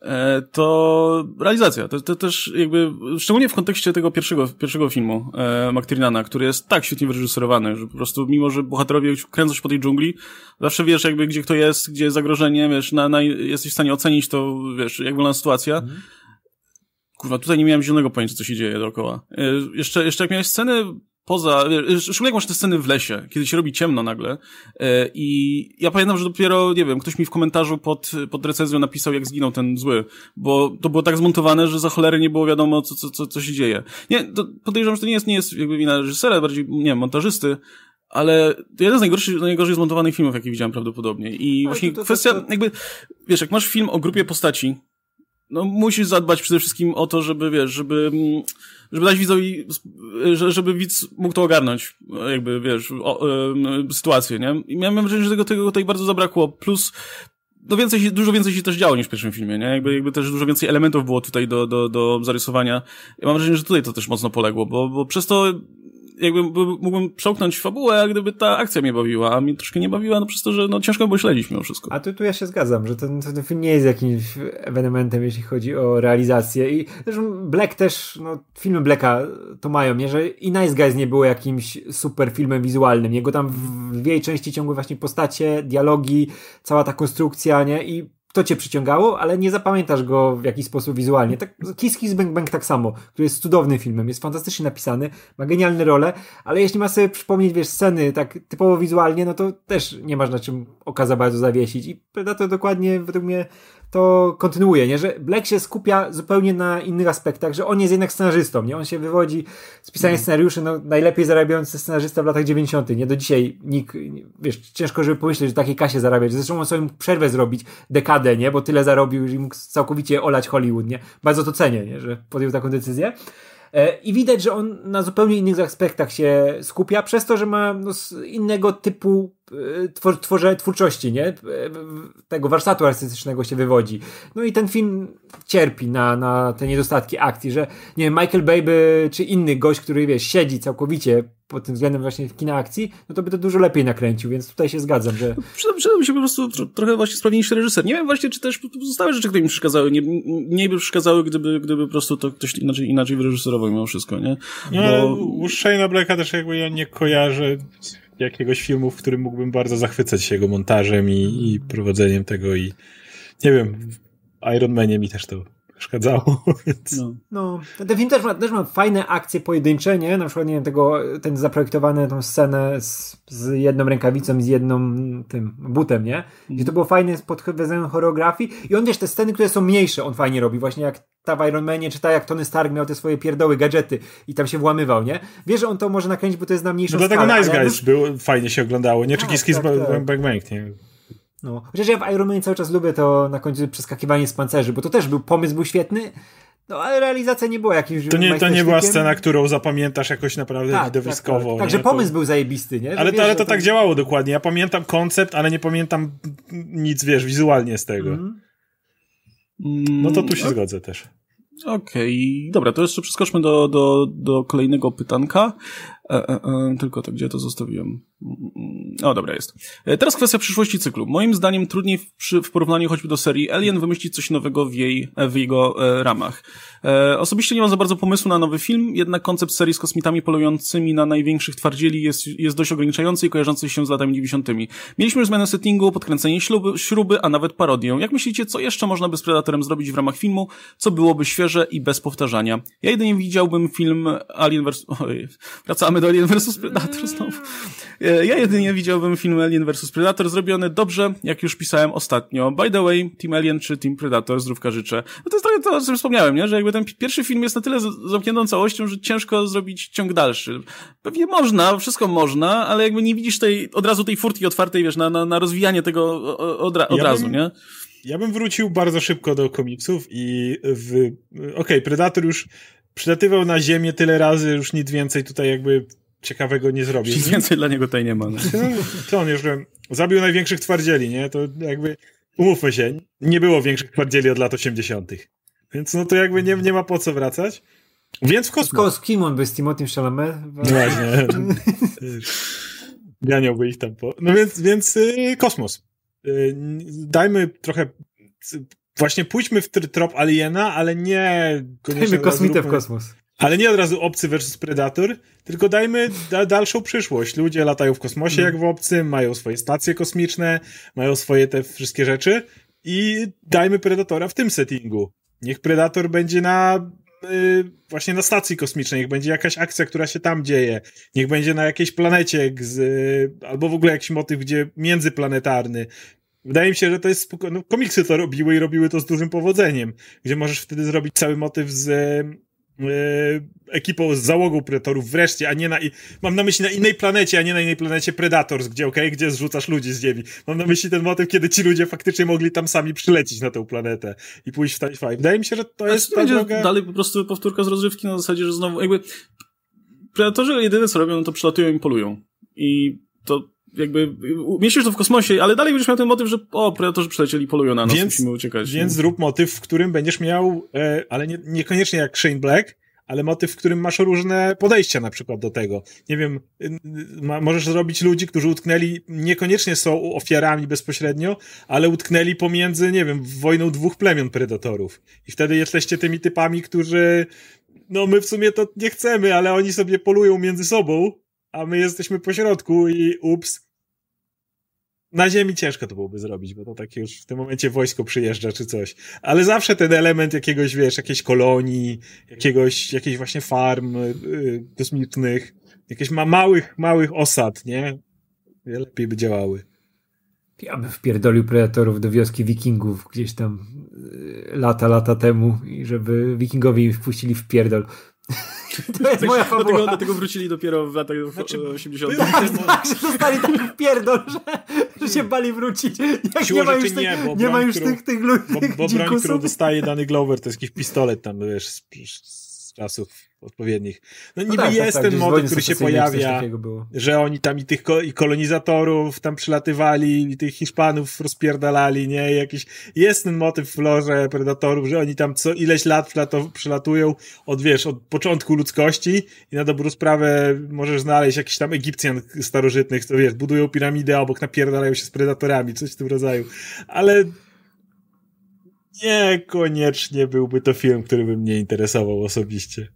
to realizacja. To, to też jakby, szczególnie w kontekście tego pierwszego, pierwszego filmu e, McTiernana, który jest tak świetnie wyreżyserowany, że po prostu mimo, że bohaterowie kręcą się po tej dżungli, zawsze wiesz jakby gdzie kto jest, gdzie jest zagrożenie, wiesz, na, na, jesteś w stanie ocenić to, wiesz, jak wygląda sytuacja. Mhm. Kurwa, tutaj nie miałem zielonego pojęcia, co się dzieje dookoła. E, jeszcze, jeszcze jak miałeś sceny poza, szczególnie jak masz te sceny w lesie, kiedy się robi ciemno nagle yy, i ja pamiętam, że dopiero, nie wiem, ktoś mi w komentarzu pod, pod recenzją napisał, jak zginął ten zły, bo to było tak zmontowane, że za cholerę nie było wiadomo, co, co, co, co się dzieje. Nie, to podejrzewam, że to nie jest, nie jest jakby wina reżysera, bardziej, nie wiem, montażysty, ale to jeden z najgorszych, najgorzej zmontowanych filmów, jakie widziałem prawdopodobnie. I ale właśnie to, to, kwestia, to, to... jakby, wiesz, jak masz film o grupie postaci, no musisz zadbać przede wszystkim o to, żeby, wiesz, żeby, żeby dać widzowi, żeby widz mógł to ogarnąć, jakby, wiesz, o, y, sytuację, nie? I miałem wrażenie, że tego, tego tutaj bardzo zabrakło, plus no więcej się, dużo więcej się też działo niż w pierwszym filmie, nie? Jakby, jakby też dużo więcej elementów było tutaj do, do, do zarysowania. Ja mam wrażenie, że tutaj to też mocno poległo, bo, bo przez to jakby mógłbym przełknąć fabułę, jak gdyby ta akcja mnie bawiła, a mnie troszkę nie bawiła, no przez to, że no ciężko było śledzić mimo wszystko. A tu, tu ja się zgadzam, że ten, ten film nie jest jakimś ewenementem, jeśli chodzi o realizację i zresztą Black też, no filmy Blacka to mają, nie, że i Nice Guys nie było jakimś super filmem wizualnym, jego tam w, w jej części ciągły właśnie postacie, dialogi, cała ta konstrukcja, nie, i to cię przyciągało, ale nie zapamiętasz go w jakiś sposób wizualnie. Tak, Kiss Kiss Bang Bang tak samo, który jest cudownym filmem, jest fantastycznie napisany, ma genialne role, ale jeśli masz sobie przypomnieć, wiesz, sceny tak typowo wizualnie, no to też nie masz na czym oka za bardzo zawiesić i Predator dokładnie według mnie to kontynuuje, nie? Że Black się skupia zupełnie na innych aspektach, że on jest jednak scenarzystą, nie? On się wywodzi z pisania mm. scenariuszy, no najlepiej zarabiający scenarzysta w latach dziewięćdziesiątych, nie? Do dzisiaj nikt, wiesz, ciężko żeby pomyśleć, że takiej kasie zarabiać. Zresztą on sobie mógł przerwę zrobić, dekadę, nie? Bo tyle zarobił, że mógł całkowicie olać Hollywood, nie? Bardzo to cenię, nie? Że podjął taką decyzję. I widać, że on na zupełnie innych aspektach się skupia, przez to, że ma no, innego typu twor- tworze, twórczości, nie? Tego warsztatu artystycznego się wywodzi. No i ten film cierpi na, na te niedostatki akcji, że nie wiem, Michael Bay by, czy inny gość, który wiesz, siedzi całkowicie pod tym względem właśnie w kina akcji, no to by to dużo lepiej nakręcił, więc tutaj się zgadzam, że... Przydałby przyda mi się po prostu tro, trochę właśnie sprawniejszy reżyser. Nie wiem właśnie, czy też pozostałe rzeczy, które mi przeszkadzały, nie, mniej by przeszkadzały, gdyby, gdyby po prostu to ktoś inaczej, inaczej wyreżyserował mimo wszystko, nie? Bo... No, u Shane'a Blacka też jakby ja nie kojarzę jakiegoś filmu, w którym mógłbym bardzo zachwycać się jego montażem i, i prowadzeniem tego i nie wiem, w Iron Manie mi też to przeszkadzało, więc... No, no. Ten film też ma, też ma fajne akcje pojedyncze, nie? Na przykład, nie wiem, tego, ten zaprojektowany tą scenę z, z jedną rękawicą i z jedną tym butem, nie? Gdzie to było fajne pod względem choreografii i on, wiesz, te sceny, które są mniejsze, on fajnie robi, właśnie jak ta w Iron Manie, czy ta jak Tony Stark miał te swoje pierdoły, gadżety i tam się włamywał, nie? Wiesz, że on to może nakręcić, bo to jest na mniejszą skalę. No dlatego Nice Guys był, fajnie się oglądało, nie? Czy tak, Kiss Kiss tak, Bang tak. Bang Bang, nie? No. Chociaż ja w Iron Manie cały czas lubię to na końcu przeskakiwanie z pancerzy, bo to też był, pomysł był świetny, no ale realizacja nie była jakimś... To nie, to nie była scena, którą zapamiętasz jakoś naprawdę tak, widowiskowo. Tak, tak. Także pomysł to... był zajebisty, nie? Że ale wiesz, to, ale to to tak działało dokładnie. Ja pamiętam koncept, ale nie pamiętam nic, wiesz, wizualnie z tego. Mm. No to tu się mm. zgodzę też. Okej, okay. Dobra, to jeszcze przeskoczmy do, do, do kolejnego pytanka. E, e, e, tylko to, gdzie to zostawiłem? O, dobra, jest. E, teraz kwestia przyszłości cyklu. Moim zdaniem trudniej w, przy, w porównaniu choćby do serii Alien wymyślić coś nowego w jej, w jego e, ramach. E, osobiście nie mam za bardzo pomysłu na nowy film, jednak koncept serii z kosmitami polującymi na największych twardzieli jest, jest dość ograniczający i kojarzący się z latami dziewięćdziesiątymi. Mieliśmy już zmianę settingu, podkręcenie śluby, śruby, a nawet parodię. Jak myślicie, co jeszcze można by z Predatorem zrobić w ramach filmu, co byłoby świeże i bez powtarzania? Ja jedynie widziałbym film Alien versus... Oj, wracamy do Alien versus Predator znowu. Ja jedynie widziałbym film Alien versus Predator zrobiony dobrze, jak już pisałem ostatnio. By the way, Team Alien czy Team Predator, zdrówka życzę. No to jest trochę to, o czym wspomniałem, nie? Że jakby ten pierwszy film jest na tyle zamkniętą całością, że ciężko zrobić ciąg dalszy. Pewnie można, wszystko można, ale jakby nie widzisz tej, od razu tej furtki otwartej, wiesz, na, na, na rozwijanie tego od, od ja razu, bym, nie? Ja bym wrócił bardzo szybko do komiksów i w... Okej, okay, Predator już przylatywał na Ziemię tyle razy, już nic więcej tutaj jakby ciekawego nie zrobił. Nic więcej dla niego tutaj nie ma. No. To on już zabił największych twardzieli, nie? To jakby, umówmy się, nie było większych twardzieli od lat osiemdziesiątych. Więc no to jakby nie, nie ma po co wracać. Więc w kosmos. Z kim on by z Timothym Chalamet? No właśnie. Ganiałby ich tam po... No więc, więc yy, kosmos. Yy, dajmy trochę właśnie pójdźmy w trop Aliena, ale nie... Dajmy kosmitę w kosmos. Ale nie od razu Obcy versus Predator, tylko dajmy da- dalszą przyszłość. Ludzie latają w kosmosie mm. jak w Obcym, mają swoje stacje kosmiczne, mają swoje te wszystkie rzeczy i dajmy Predatora w tym settingu. Niech Predator będzie na yy, właśnie na stacji kosmicznej, niech będzie jakaś akcja, która się tam dzieje, niech będzie na jakiejś planecie z, yy, albo w ogóle jakiś motyw, gdzie międzyplanetarny. Wydaje mi się, że to jest spoko- no, komiksy to robiły i robiły to z dużym powodzeniem, gdzie możesz wtedy zrobić cały motyw z yy, ekipą, z załogą Predatorów wreszcie, a nie na, i- mam na myśli na innej planecie, a nie na innej planecie Predators, gdzie okej, okay, gdzie zrzucasz ludzi z ziemi. Mam na myśli ten motyw, kiedy ci ludzie faktycznie mogli tam sami przylecieć na tę planetę i pójść w sci-fi. Wydaje mi się, że to jest to ta będzie droga... dalej po prostu powtórka z rozrywki na zasadzie, że znowu jakby Predatorzy jedyne co robią, no to przylatują i polują. I to jakby umieścisz to w kosmosie, ale dalej będziesz miał ten motyw, że o, Predatorzy przylecieli i polują na nas, więc, musimy uciekać. Więc no. zrób motyw, w którym będziesz miał, e, ale nie, niekoniecznie jak Shane Black, ale motyw, w którym masz różne podejścia na przykład do tego. Nie wiem, ma, możesz zrobić ludzi, którzy utknęli, niekoniecznie są ofiarami bezpośrednio, ale utknęli pomiędzy, nie wiem, wojną dwóch plemion predatorów. I wtedy jesteście tymi typami, którzy, no my w sumie to nie chcemy, ale oni sobie polują między sobą, a my jesteśmy po środku i ups. Na ziemi ciężko to byłoby zrobić, bo to tak już w tym momencie wojsko przyjeżdża czy coś. Ale zawsze ten element jakiegoś, wiesz, jakiejś kolonii, jakiegoś, jakiejś właśnie farm yy, kosmicznych, jakieś ma małych, małych osad, nie? Lepiej by działały. Ja bym wpierdolił Predatorów do wioski wikingów gdzieś tam yy, lata, lata temu i żeby wikingowie im wpuścili w pierdol. To jest moja fabuła. Dlatego, dlatego wrócili dopiero w latach znaczy, osiemdziesiątych. Tak, tak, że dostali taki wpierdol, że, że się bali wrócić. Jak Siłą nie ma już, rzeczy tych, nie, bo nie ma już którą, tych, tych ludzi. Bo, bo broń, którą dostaje Danny Glover, to jest jakiś pistolet tam, wiesz, z, z czasów odpowiednich. No niby no tak, jest tak, ten tak, motyw, który się pojawia, że oni tam i tych ko- i kolonizatorów tam przylatywali, i tych Hiszpanów rozpierdalali, nie? Jakiś, jest ten motyw w lorze Predatorów, że oni tam co ileś lat przylato- przylatują od, wiesz, od początku ludzkości i na dobrą sprawę możesz znaleźć jakichś tam Egipcjan starożytnych, co wiesz, budują piramidy, a obok napierdalają się z predatorami, coś w tym rodzaju. Ale niekoniecznie byłby to film, który by mnie interesował osobiście.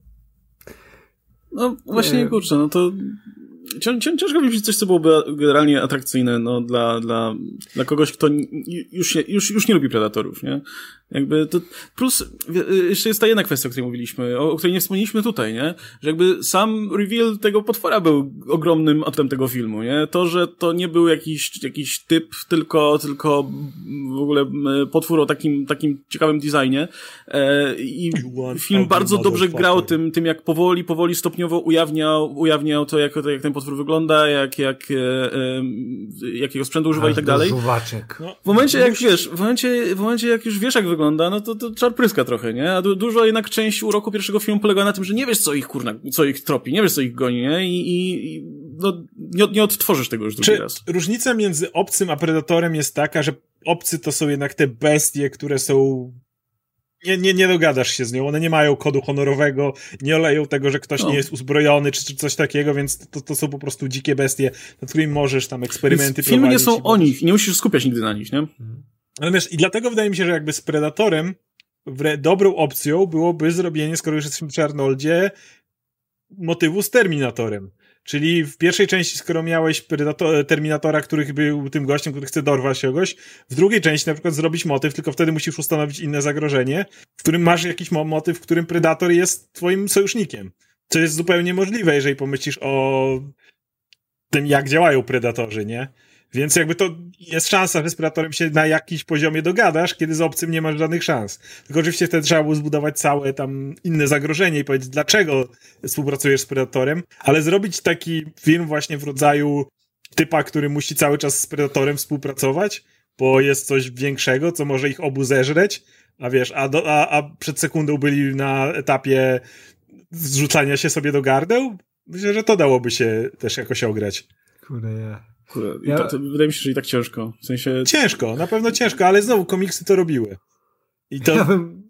No właśnie, kurczę, no to cię, cię, ciężko wymyślić coś, co byłoby generalnie atrakcyjne, no, dla, dla, dla kogoś, kto już, nie, już, już nie lubi Predatorów, nie? Jakby to, plus, jeszcze jest ta jedna kwestia, o której mówiliśmy, o, o której nie wspomnieliśmy tutaj, nie? Że jakby sam reveal tego potwora był ogromnym atutem tego filmu, nie? To, że to nie był jakiś, jakiś typ, tylko, tylko w ogóle potwór o takim, takim ciekawym designie, e, i film bardzo dobrze grał tym, tym, jak powoli, powoli, stopniowo ujawniał, ujawniał to, jak, to, jak ten potwór wygląda, jak, jak, e, e, jakiego sprzętu używa i tak dalej. W momencie, jak wiesz, w momencie, w momencie, jak już wiesz, jak wygląda, no to, to czar pryska trochę, nie? A du- dużo jednak część uroku pierwszego filmu polega na tym, że nie wiesz, co ich, kurna, co ich tropi, nie wiesz, co ich goni, nie? I, i, i no, nie, nie odtworzysz tego już drugi Czy raz. Różnica między Obcym a Predatorem jest taka, że Obcy to są jednak te bestie, które są... Nie, nie, nie dogadasz się z nią, one nie mają kodu honorowego, nie oleją tego, że ktoś no. nie jest uzbrojony, czy, czy coś takiego, więc to, to są po prostu dzikie bestie, nad którymi możesz tam eksperymenty więc filmy prowadzić. Filmy nie są o nich i nie musisz skupiać nigdy na nich, nie? Ale wiesz, i dlatego wydaje mi się, że jakby z Predatorem dobrą opcją byłoby zrobienie, skoro już jesteśmy przy Arnoldzie, motywu z Terminatorem. Czyli w pierwszej części, skoro miałeś Predator, Terminatora, który był tym gościem, który chce dorwać kogoś, w drugiej części na przykład zrobić motyw, tylko wtedy musisz ustanowić inne zagrożenie, w którym masz jakiś motyw, w którym Predator jest twoim sojusznikiem. Co jest zupełnie możliwe, jeżeli pomyślisz o tym, jak działają Predatorzy, nie? Więc jakby to jest szansa, że z Predatorem się na jakimś poziomie dogadasz, kiedy z Obcym nie masz żadnych szans. Tylko oczywiście wtedy trzeba było zbudować całe tam inne zagrożenie i powiedzieć, dlaczego współpracujesz z Predatorem, ale zrobić taki film właśnie w rodzaju typa, który musi cały czas z Predatorem współpracować, bo jest coś większego, co może ich obu zeżreć, a wiesz, a, do, a, a przed sekundą byli na etapie zrzucania się sobie do gardeł. Myślę, że to dałoby się też jakoś ograć. Kurde, ja... Kurde, ja... to, to wydaje mi się, że i tak ciężko. W sensie... Ciężko, na pewno ciężko, ale znowu komiksy to robiły. I to... Ja bym,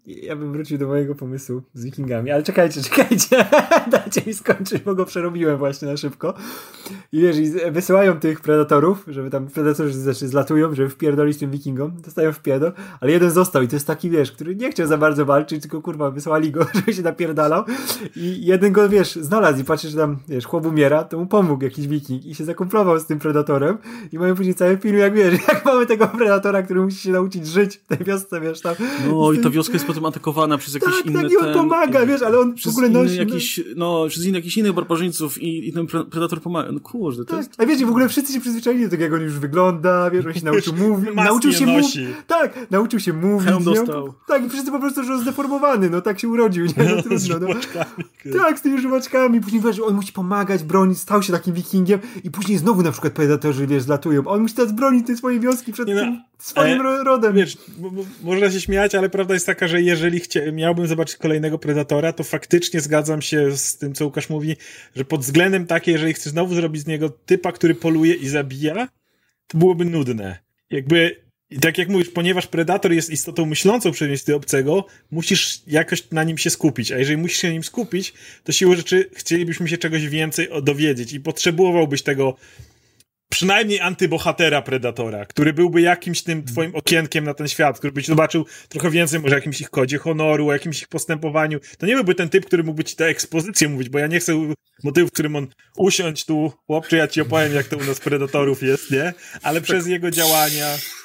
ja bym wrócił do mojego pomysłu z Wikingami, ale czekajcie, czekajcie, dajcie mi skończyć, bo go przerobiłem właśnie na szybko. I wiesz, i wysyłają tych predatorów, żeby tam predatorzy znaczy zlatują, żeby wpierdolić tym Wikingom, dostają wpierdol, ale jeden został i to jest taki, wiesz, który nie chciał za bardzo walczyć, tylko kurwa, wysłali go, żeby się napierdalał i jeden go, wiesz, znalazł i patrzy, że tam, wiesz, chłop umiera, to mu pomógł jakiś Wiking i się zakumplował z tym predatorem i mają później cały film, jak wiesz, jak mamy tego predatora, który musi się nauczyć żyć w tej wiosce, wiesz, tam. No i ta wioska jest potem atakowana przez jakieś tak, inne... Tak, i on ten, pomaga, wiesz, ale on w ogóle nosi... Jakiś, no, przez innych, jakichś innych barbarzyńców i, i ten predator pomaga. No kurde, to tak. jest... A wiecie, w ogóle wszyscy się przyzwyczaili do tego, jak on już wygląda, wiesz, on się nauczył mówić, nauczył się mówić. Tak, nauczył się mówić. Hełm dostał. Tak, i wszyscy po prostu, że on zdeformowany, no tak się urodził, nie? No, trudno, z żuwaczkami. No. Tak, z tymi żuwaczkami. Później wiesz, on musi pomagać, bronić, stał się takim wikingiem i później znowu na przykład predatorzy, wiesz, zlatują. On musi teraz bronić tej swojej wioski przed nie no, tym swoim e, rodem. Wiesz, bo, bo, można się śmiać, ale prawda jest taka, że jeżeli chcia, miałbym zobaczyć kolejnego Predatora, to faktycznie zgadzam się z tym, co Łukasz mówi, że pod względem takiej, jeżeli chcesz znowu zrobić z niego typa, który poluje i zabija, to byłoby nudne. Jakby, i tak jak mówisz, ponieważ Predator jest istotą myślącą przeniesiony obcego, musisz jakoś na nim się skupić, a jeżeli musisz się na nim skupić, to siłą rzeczy chcielibyśmy się czegoś więcej dowiedzieć i potrzebowałbyś tego przynajmniej antybohatera Predatora, który byłby jakimś tym twoim okienkiem na ten świat, który byś zobaczył trochę więcej może o jakimś ich kodzie honoru, o jakimś ich postępowaniu. To nie byłby ten typ, który mógłby ci tę ekspozycję mówić, bo ja nie chcę motywu, w którym on usiądź tu, chłopcze, ja ci opowiem, jak to u nas Predatorów jest, nie? Ale przez jego działania...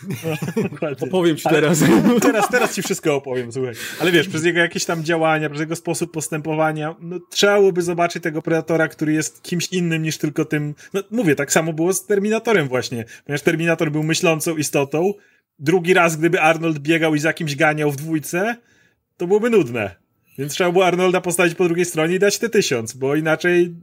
No, opowiem ci teraz. Ale, teraz. Teraz ci wszystko opowiem, słuchaj. Ale wiesz, przez jego jakieś tam działania, przez jego sposób postępowania, no trzeba byłoby zobaczyć tego Predatora, który jest kimś innym niż tylko tym... No mówię, tak samo było z Terminatorem właśnie, ponieważ Terminator był myślącą istotą. Drugi raz, gdyby Arnold biegał i za kimś ganiał w dwójce, to byłoby nudne. Więc trzeba było Arnolda postawić po drugiej stronie i dać te tysiąc, bo inaczej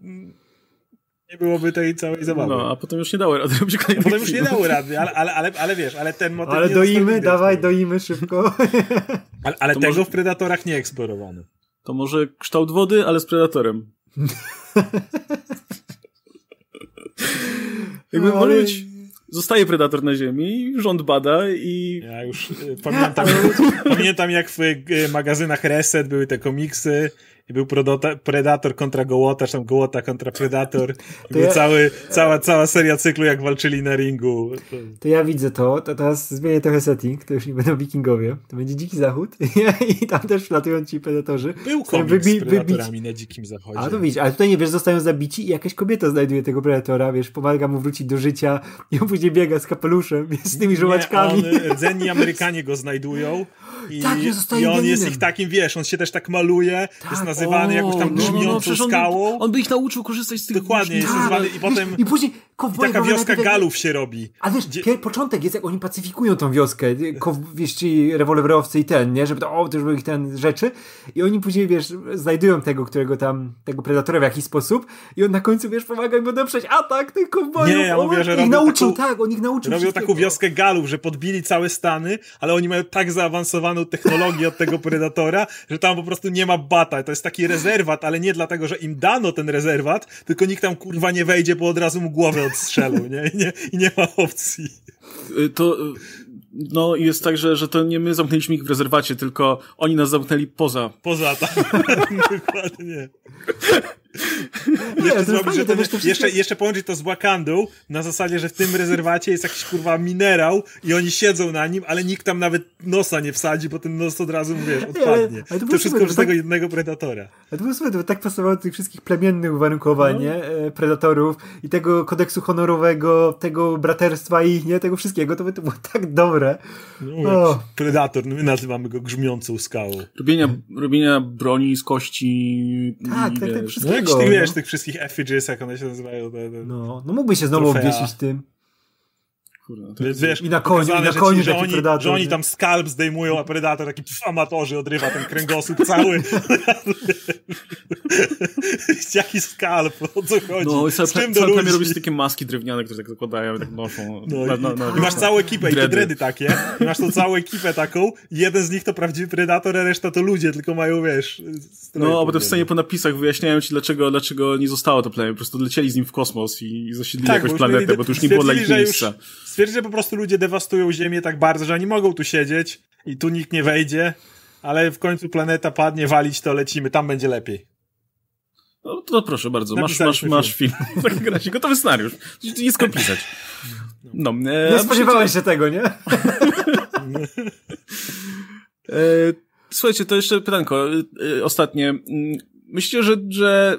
nie byłoby tej całej zabawy. No, a potem już nie dało rady robić kolejnych Potem już nie dało rady, ale, ale, ale, ale wiesz, ale ten motyw... Ale nie doimy, dawaj, doimy szybko. Ale, ale tego może... w Predatorach nie eksplorowano. To może kształt wody, ale z Predatorem. Jakby no, może być... Zostaje Predator na ziemi, rząd bada i... Ja już y, pamiętam, pamiętam jak w y, magazynach Reset były te komiksy i był Predator kontra Gołota, czy tam Gołota kontra Predator. I był ja... cały, cała, cała seria cyklu, jak walczyli na ringu. To, to ja widzę to, to teraz zmienię trochę setting, to już nie będą wikingowie, to będzie Dziki Zachód i tam też wlatują ci predatorzy. Był komiks wybi- z predatorami wybić. Na Dzikim Zachodzie. A to widzisz, ale tutaj nie, wiesz, zostają zabici i jakaś kobieta znajduje tego predatora, wiesz, pomaga mu wrócić do życia i on później biega z kapeluszem, z tymi żołaczkami. Nie, on, rdzenni Amerykanie go znajdują i, tak, i on jest ich takim, wiesz, on się też tak maluje, tak, jest nazywany o, jakąś tam brzmiącą no, no, skałą. On, on by ich nauczył korzystać z tych... Dokładnie, jest nazywany i potem... I później i taka wioska Galów się robi. A wiesz, Gdzie... początek jest, jak oni pacyfikują tą wioskę, kow, wiesz, ci rewolwerowcy i ten, nie, żeby to, o, to już były ich ten rzeczy i oni później, wiesz, znajdują tego, którego tam, tego predatora w jakiś sposób i on na końcu, wiesz, pomaga im odeprzeć atak tych kowbojów. Nie, ja mówię, że ich nauczył, taką, tak, on ich nauczył. Robią taką wioskę Galów, że podbili całe Stany, ale oni mają tak zaawansowaną technologię od tego predatora, że tam po prostu nie ma bata. To jest taki rezerwat, ale nie dlatego, że im dano ten rezerwat, tylko nikt tam kurwa nie wejdzie, bo od razu mu głowę odstrzelą, nie? I nie, i nie ma opcji. To, no jest tak, że, że to nie my zamknęliśmy ich w rezerwacie, tylko oni nas zamknęli poza. Poza, tak. Dokładnie. Nie, jeszcze, to zrobić, fajnie, że to, to wiesz, to jeszcze, jeszcze połączyć to z Wakandą na zasadzie, że w tym rezerwacie jest jakiś kurwa minerał i oni siedzą na nim, ale nikt tam nawet nosa nie wsadzi, bo ten nos od razu, wiesz, odpadnie. Ale, ale to, to wszystko przez tak, tego jednego predatora. Ale to było super, to tak pasowało do tych wszystkich plemiennych uwarunkowań, no. nie? Predatorów i tego kodeksu honorowego, tego braterstwa ich, nie? Tego wszystkiego, to by to było tak dobre. No, Predator, no my nazywamy go grzmiącą skałą. Robienia, robienia broni z kości. Tak, tak, tak, wszystkiego. No, tych, wiesz, no. tych wszystkich effigies, jak one się nazywają. Te, te no, no mógłby się znowu obwiesić tym. Kurde, jest, wiesz, i na koniu, i na koniu że, taki oni, predator, że oni tam skalp zdejmują, a predator taki pff, amatorzy odrywa ten kręgosłup cały. Jaki skalp, o co chodzi? No, z czym do ludzi? Robisz takie maski drewniane, które tak zakładają i tak noszą. No, na, i, na, na, i masz całą ekipę, dready. I te dredy takie, i masz tą całą ekipę taką, jeden z nich to prawdziwy predator, a reszta to ludzie, tylko mają, wiesz... No, a potem w scenie po napisach wyjaśniają ci, dlaczego, dlaczego nie zostało to plemię. Po prostu lecieli z nim w kosmos i, i zasiedlili tak, jakąś planetę, mieli, bo to już nie było dla ich miejsca. Stwierdzili, że po prostu ludzie dewastują Ziemię tak bardzo, że oni mogą tu siedzieć i tu nikt nie wejdzie ale w końcu planeta padnie, walić to lecimy, tam będzie lepiej. No to proszę bardzo, masz, masz, masz film. W takim razie gotowy scenariusz. Nic go pisać. No, e, nie spodziewałeś się tego, nie? e, słuchajcie, to jeszcze pytanko. E, ostatnie. Myślicie, że, że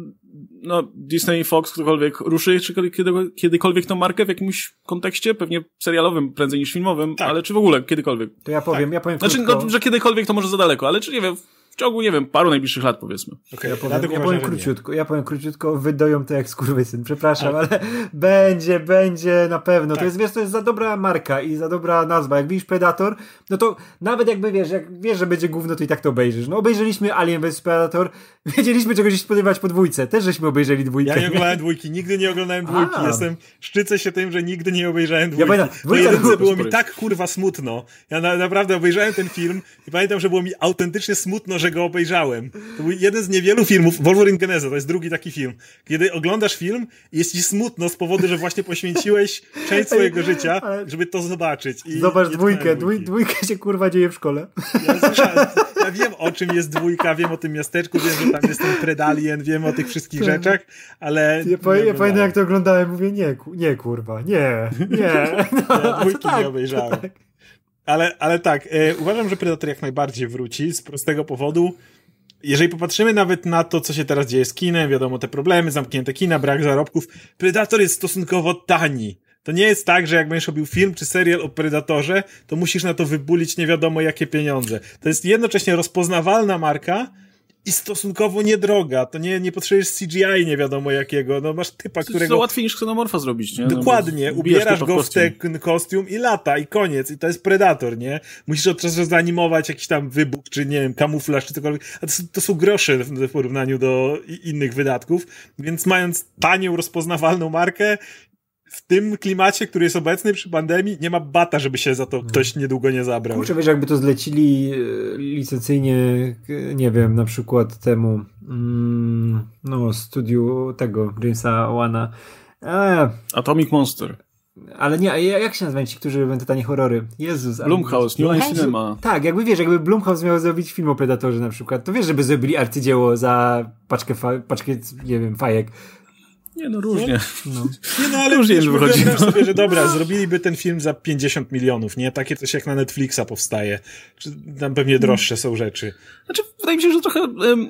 no, Disney, Fox, ktokolwiek ruszy czy kiedy, kiedykolwiek tą markę w jakimś kontekście? Pewnie serialowym prędzej niż filmowym, tak. Ale czy w ogóle kiedykolwiek? To ja powiem, tak. ja powiem Znaczy, krótko. no, że kiedykolwiek to może za daleko, ale czy nie wiem, w ciągu, nie wiem, paru najbliższych lat, powiedzmy. Okay, ja powiem, ja powiem króciutko, ja powiem króciutko, wydoją to jak skurwysyn, przepraszam, ale, ale będzie, będzie na pewno. Tak. To jest, wiesz, to jest za dobra marka i za dobra nazwa. Jak widzisz Predator, no to nawet jakby wiesz, jak wiesz, że będzie gówno, to i tak to obejrzysz. No obejrzeliśmy Alien versus Predator, wiedzieliśmy czegoś się spodziewać po dwójce, też żeśmy obejrzeli dwójkę. Ja nie oglądałem dwójki, nigdy nie oglądałem dwójki, A. jestem, szczycę się tym, że nigdy nie obejrzałem dwójki. Ja pamiętam, to jedynce było mi tak kurwa smutno. Ja na, naprawdę obejrzałem ten film i pamiętam, że było mi autentycznie smutno, że go obejrzałem. To był jeden z niewielu filmów, Wolverine Geneza, to jest drugi taki film, kiedy oglądasz film i jest ci smutno z powodu, że właśnie poświęciłeś część swojego życia, żeby to zobaczyć. I zobacz dwójkę, dwój, dwójkę się kurwa dzieje w szkole. Ja, ja wiem, o czym jest dwójka, wiem o tym miasteczku, wiem, że tam jest ten Predalien, wiem o tych wszystkich rzeczach, ale... Ja, po, ja pamiętam, jak to oglądałem, mówię, nie, nie kurwa, nie, nie. No, ja dwójki tak, nie obejrzałem. Tak. Ale, ale tak, e, uważam, że Predator jak najbardziej wróci z prostego powodu. Jeżeli popatrzymy nawet na to, co się teraz dzieje z kinem, wiadomo, te problemy, zamknięte kina, brak zarobków, Predator jest stosunkowo tani. To nie jest tak, że jak będziesz robił film czy serial o Predatorze, to musisz na to wybulić nie wiadomo jakie pieniądze. To jest jednocześnie rozpoznawalna marka i stosunkowo niedroga. To nie, nie potrzebujesz C G I nie wiadomo jakiego. No masz typa, którego... To łatwiej niż Xenomorfa zrobić, nie? Dokładnie. No, ubierasz go w ten kostium i lata i koniec. I to jest Predator, nie? Musisz od czasu zanimować jakiś tam wybuch, czy nie wiem, kamuflaż, czy cokolwiek. A to, to są grosze w porównaniu do innych wydatków. Więc mając tanią, rozpoznawalną markę, w tym klimacie, który jest obecny przy pandemii, nie ma bata, żeby się za to ktoś niedługo nie zabrał. Kurczę, wiesz, jakby to zlecili licencyjnie, nie wiem, na przykład temu mm, no, studiu tego Jamesa Wana. A, Atomic Monster. Ale nie, a jak się nazywają ci, którzy robią te tanie horrory? Jezus. Blumhouse, New Line Cinema. Tak, jakby wiesz, jakby Blumhouse miał zrobić film o Predatorze na przykład, to wiesz, żeby zrobili arcydzieło za paczkę, fa- paczkę nie wiem, fajek. Nie no, różnie. No. Nie no, ale już nie wychodzi. sobie, że dobra, zrobiliby ten film za pięćdziesiąt milionów, nie? Takie coś jak na Netflixa powstaje. Czy tam pewnie droższe są rzeczy. Znaczy, wydaje mi się, że trochę um,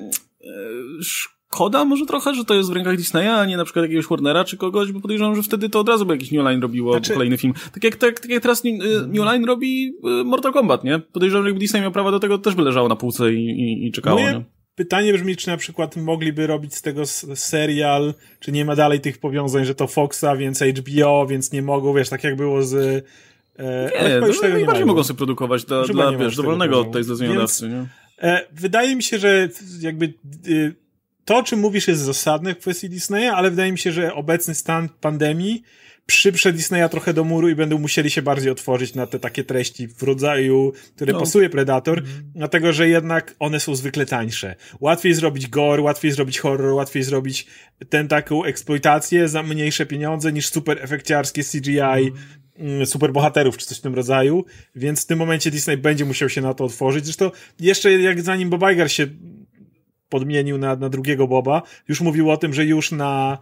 szkoda może trochę, że to jest w rękach Disneya, a nie na przykład jakiegoś Warnera czy kogoś, bo podejrzewam, że wtedy to od razu by jakiś New Line robiło znaczy... kolejny film. Tak jak, tak, tak jak teraz New Line robi Mortal Kombat, nie? Podejrzewam, że jakby Disney miał prawa do tego, to też by leżało na półce i, i, i czekało, Moje... nie? Pytanie brzmi, czy na przykład mogliby robić z tego serial, czy nie ma dalej tych powiązań, że to Foxa, więc H B O, więc nie mogą, wiesz, tak jak było z... E, nie, no, tego najbardziej nie mogą sobie produkować dla, dla wiesz, dowolnego od tej zleceniodawcy, nie? E, wydaje mi się, że jakby e, to, o czym mówisz, jest zasadne w kwestii Disneya, ale wydaje mi się, że obecny stan pandemii przyprze Disneya trochę do muru i będą musieli się bardziej otworzyć na te takie treści w rodzaju, które no. pasuje Predator, mm. dlatego, że jednak one są zwykle tańsze. Łatwiej zrobić gore, łatwiej zrobić horror, łatwiej zrobić tę taką eksploitację za mniejsze pieniądze niż super efekciarskie C G I, mm. super bohaterów czy coś w tym rodzaju, więc w tym momencie Disney będzie musiał się na to otworzyć. Zresztą jeszcze jak zanim Bob Iger się podmienił na, na drugiego Boba, już mówił o tym, że już na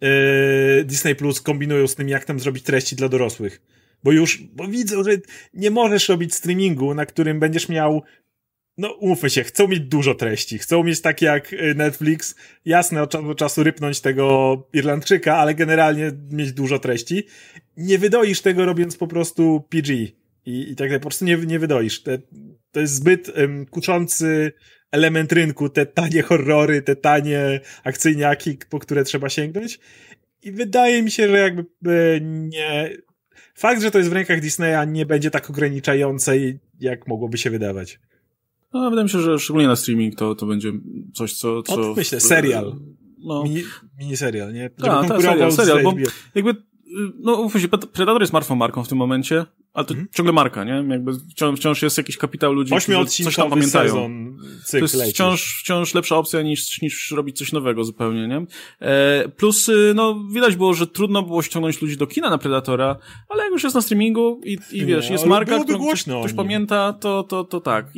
Disney Plus kombinują z tym, jak tam zrobić treści dla dorosłych. Bo już, bo widzą, że nie możesz robić streamingu, na którym będziesz miał, no umówmy się, chcą mieć dużo treści, chcą mieć tak jak Netflix, jasne, od czasu do czasu rypnąć tego Irlandczyka, ale generalnie mieć dużo treści. Nie wydoisz tego robiąc po prostu P G i, i tak dalej, po prostu nie, nie wydoisz. Te, to jest zbyt um, kuczący element rynku, te tanie horrory, te tanie akcyjniaki, po które trzeba sięgnąć. I wydaje mi się, że jakby nie... Fakt, że to jest w rękach Disneya, nie będzie tak ograniczające, jak mogłoby się wydawać. No, wydaje mi się, że szczególnie na streaming to, to będzie coś, co... co o, myślę, serial. No. Mini, mini serial, nie? Żeby Ta, ta, serial, serial, bo jakby, no Predator jest martwą marką w tym momencie, ale to mhm. ciągle marka, nie? Jakby wciąż, wciąż jest jakiś kapitał ludzi, którzy coś tam pamiętają. Sezon, to jest wciąż, wciąż lepsza opcja niż, niż robić coś nowego zupełnie, nie? E, plus, no, widać było, że trudno było ściągnąć ludzi do kina na Predatora, ale jak już jest na streamingu i, i wiesz, nie, jest marka, którą ktoś, ktoś pamięta, to, to, to tak. I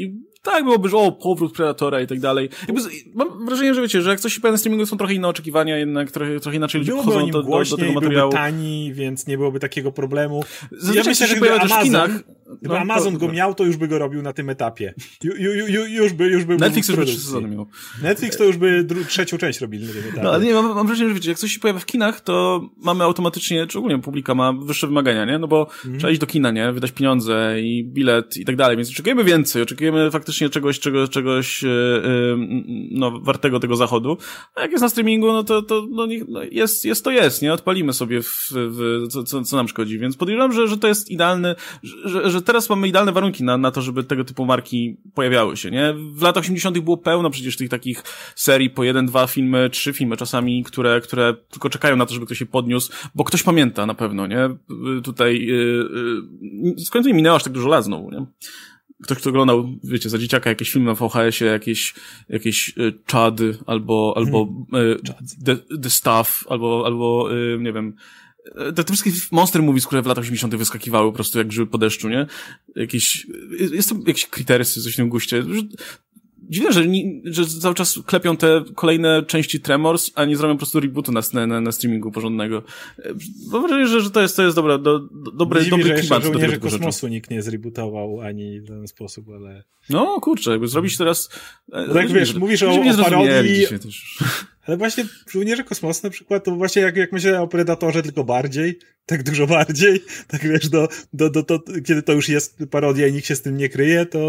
tak, byłoby, że o, powrót Predatora i tak dalej. Jakby, mam wrażenie, że wiecie, że jak coś się pojawia na streamingu, są trochę inne oczekiwania, jednak trochę, trochę inaczej ludzie byłoby podchodzą o nim do, do, do tego materiału. Byłby tani, więc nie byłoby takiego problemu. Zazwyczaj ja myślę, że gdyby Amazon, w kinach, gdyby no, Amazon to, go miał, to już by go robił na tym etapie. Ju, ju, ju, już by, już by Netflix już by trzy sezony miał. Netflix to już by dru- trzecią część robili na tym etapie. No, ale nie, mam, mam wrażenie, że wiecie, jak coś się pojawia w kinach, to mamy automatycznie, czy ogólnie publika ma wyższe wymagania, nie? No bo mm. trzeba iść do kina, nie? Wydać pieniądze i bilet i tak dalej, więc oczekujemy więcej, oczekujemy faktycznie czegoś, czego, czegoś, yy, no, wartego tego zachodu. A jak jest na streamingu, no to, to, no, no jest, jest to jest, nie? Odpalimy sobie w, w co, co, co nam szkodzi, więc podejrzewam, że, że to jest idealny, że, że teraz mamy idealne warunki na, na to, żeby tego typu marki pojawiały się, nie? W latach osiemdziesiątych było pełno przecież tych takich serii po jeden, dwa filmy, trzy filmy czasami, które, które tylko czekają na to, żeby ktoś się podniósł, bo ktoś pamięta na pewno, nie? Tutaj, yy, yy, z końca nie minęło aż tak dużo lat znowu, nie? Ktoś, kto oglądał, wiecie, za dzieciaka jakieś filmy na V H S-ie, jakieś, jakieś y, Chad, albo, albo y, the, the Stuff, albo, albo y, nie wiem, te, te wszystkie monster movies, które w latach osiemdziesiątych wyskakiwały po prostu jak grzyby po deszczu, nie? Jakieś, jest to jakieś Critersy, coś w tym guście. Dziwne, że, nie, że cały czas klepią te kolejne części Tremors, a nie zrobią po prostu rebootu na, na, na streamingu porządnego. Mam wrażenie, że, że to jest, to jest dobra, do, do, dobry, Dziwi, dobry że klimat do tego Żołnierze typu Kosmosu rzeczy. nikt nie zrebootował ani w ten sposób, ale... No, kurczę, jakby zrobić teraz... No tak wiesz, mówisz o, o parodii... Ale właśnie Żołnierze Kosmosu na przykład, to właśnie jak, jak myślę o Predatorze, tylko bardziej, tak dużo bardziej, tak wiesz, do, do, do, do, kiedy to już jest parodia i nikt się z tym nie kryje, to...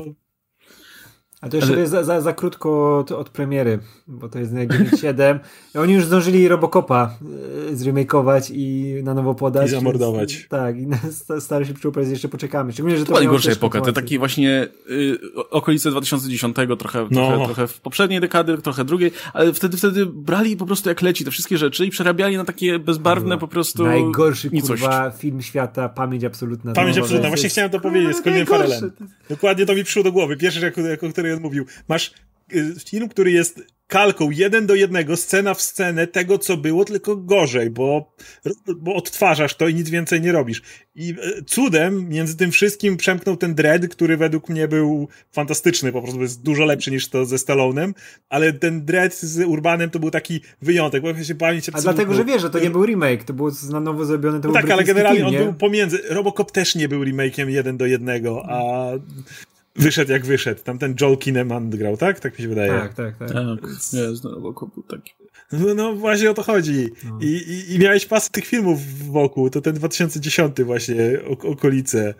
A to jeszcze Ale... jest za, za, za krótko od, od premiery, bo to jest na dziewięćdziesiąt siedem. Oni już zdążyli Robocopa y, zremakeować i na nowo podać. I zamordować. Więc, tak, i na stary się przyuprawić jeszcze poczekamy. Szczególnie, że to była najgorsza epoka, te takie właśnie y, okolice dwa tysiące dziesiątego, trochę, no. trochę, trochę w poprzedniej dekady, trochę drugiej, ale wtedy wtedy brali po prostu jak leci te wszystkie rzeczy i przerabiali na takie bezbarwne no. po prostu najgorszy nicość. Kurwa film świata, pamięć absolutna. Pamięć absolutna, właśnie chciałem to powiedzieć, z Colinem Farrellem. Dokładnie to mi przyszło do głowy. Pierwszy, jak, jak o której on mówił. Masz y, film, który jest kalką jeden do jednego, scena w scenę tego, co było, tylko gorzej, bo, bo odtwarzasz to i nic więcej nie robisz. I y, cudem między tym wszystkim przemknął ten Dredd, który według mnie był fantastyczny, po prostu jest dużo lepszy niż to ze Stallonem, ale ten Dredd z Urbanem to był taki wyjątek, bo ja się pamięć A dlatego, że wiesz, że to nie był remake, to było na nowo zrobione, to no był tak, ale generalnie film, on nie? był pomiędzy, Robocop też nie był remake'iem jeden do jednego, a wyszedł jak wyszedł. Tam ten Joel Kinnaman grał, tak? Tak mi się wydaje. Tak, tak, tak. Tak, nie, znowu był taki. No, no właśnie o to chodzi. No. I, i, I miałeś pas tych filmów wokół, to ten dwa tysiące dziesiąty właśnie, ok- okolice.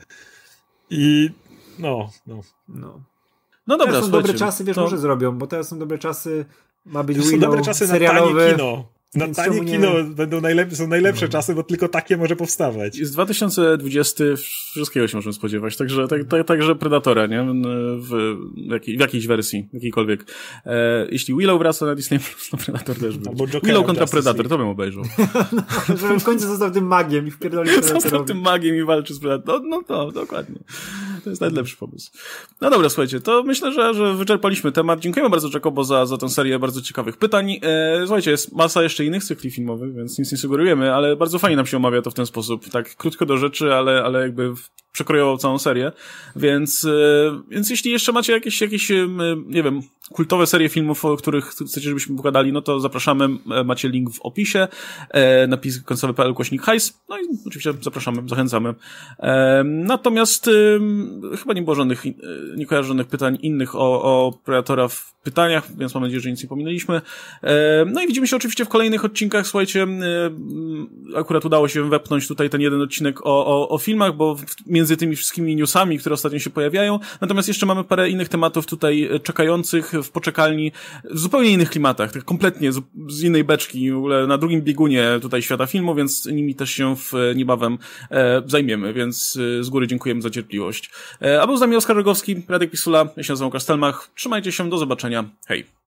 I no, no. No, no dobra, teraz są słuchajcie. dobre czasy, wiesz, to... może zrobią, bo teraz są dobre czasy, ma być Willow, są dobre czasy serialowy. na tanie kino. Na tanie nie... kino będą najlep- są najlepsze no. czasy, bo tylko takie może powstawać. Jest dwa tysiące dwudziesty, wszystkiego się możemy spodziewać, także tak, tak, także Predatora, nie? W, jakiej, w jakiejś wersji, jakiejkolwiek. E, jeśli Willow wraca na Disney Plus, to Predator też był. Willow kontra Predator, to bym obejrzał. no, żeby w końcu został tym magiem i wpierdolił Predatorowi. Został tym magiem i walczy z Predatorem. No, no to, dokładnie. To jest najlepszy pomysł. No dobra, słuchajcie, to myślę, że, że wyczerpaliśmy temat. Dziękujemy bardzo Jacobo za, za tę serię bardzo ciekawych pytań. E, słuchajcie, jest masa jeszcze innych cykli filmowych, więc nic nie sugerujemy, ale bardzo fajnie nam się omawia to w ten sposób. Tak krótko do rzeczy, ale, ale jakby przekrojował całą serię. Więc, e, więc jeśli jeszcze macie jakieś, jakieś, e, nie wiem, kultowe serie filmów, o których chcecie, żebyśmy pogadali, no to zapraszamy. Macie link w opisie. E, napis końcowy kropka p l kośnik hajs. No i oczywiście zapraszamy, zachęcamy. E, natomiast e, chyba nie było żadnych, nie kojarzę żadnych pytań innych o, o Predatora w pytaniach, więc mam nadzieję, że nic nie pominęliśmy. E, no i widzimy się oczywiście w kolejnych odcinkach. Słuchajcie, e, akurat udało się wepchnąć tutaj ten jeden odcinek o, o, o filmach, bo w, między tymi wszystkimi newsami, które ostatnio się pojawiają, natomiast jeszcze mamy parę innych tematów tutaj czekających w poczekalni, w zupełnie innych klimatach, tak kompletnie z, z innej beczki, w ogóle na drugim biegunie tutaj świata filmu, więc nimi też się w, niebawem e, zajmiemy, więc e, z góry dziękujemy za cierpliwość. E, a był z nami Oskar Rogowski, Radek Pisula, ja się nazywam Łukasz Stelmach. Trzymajcie się, do zobaczenia, hej!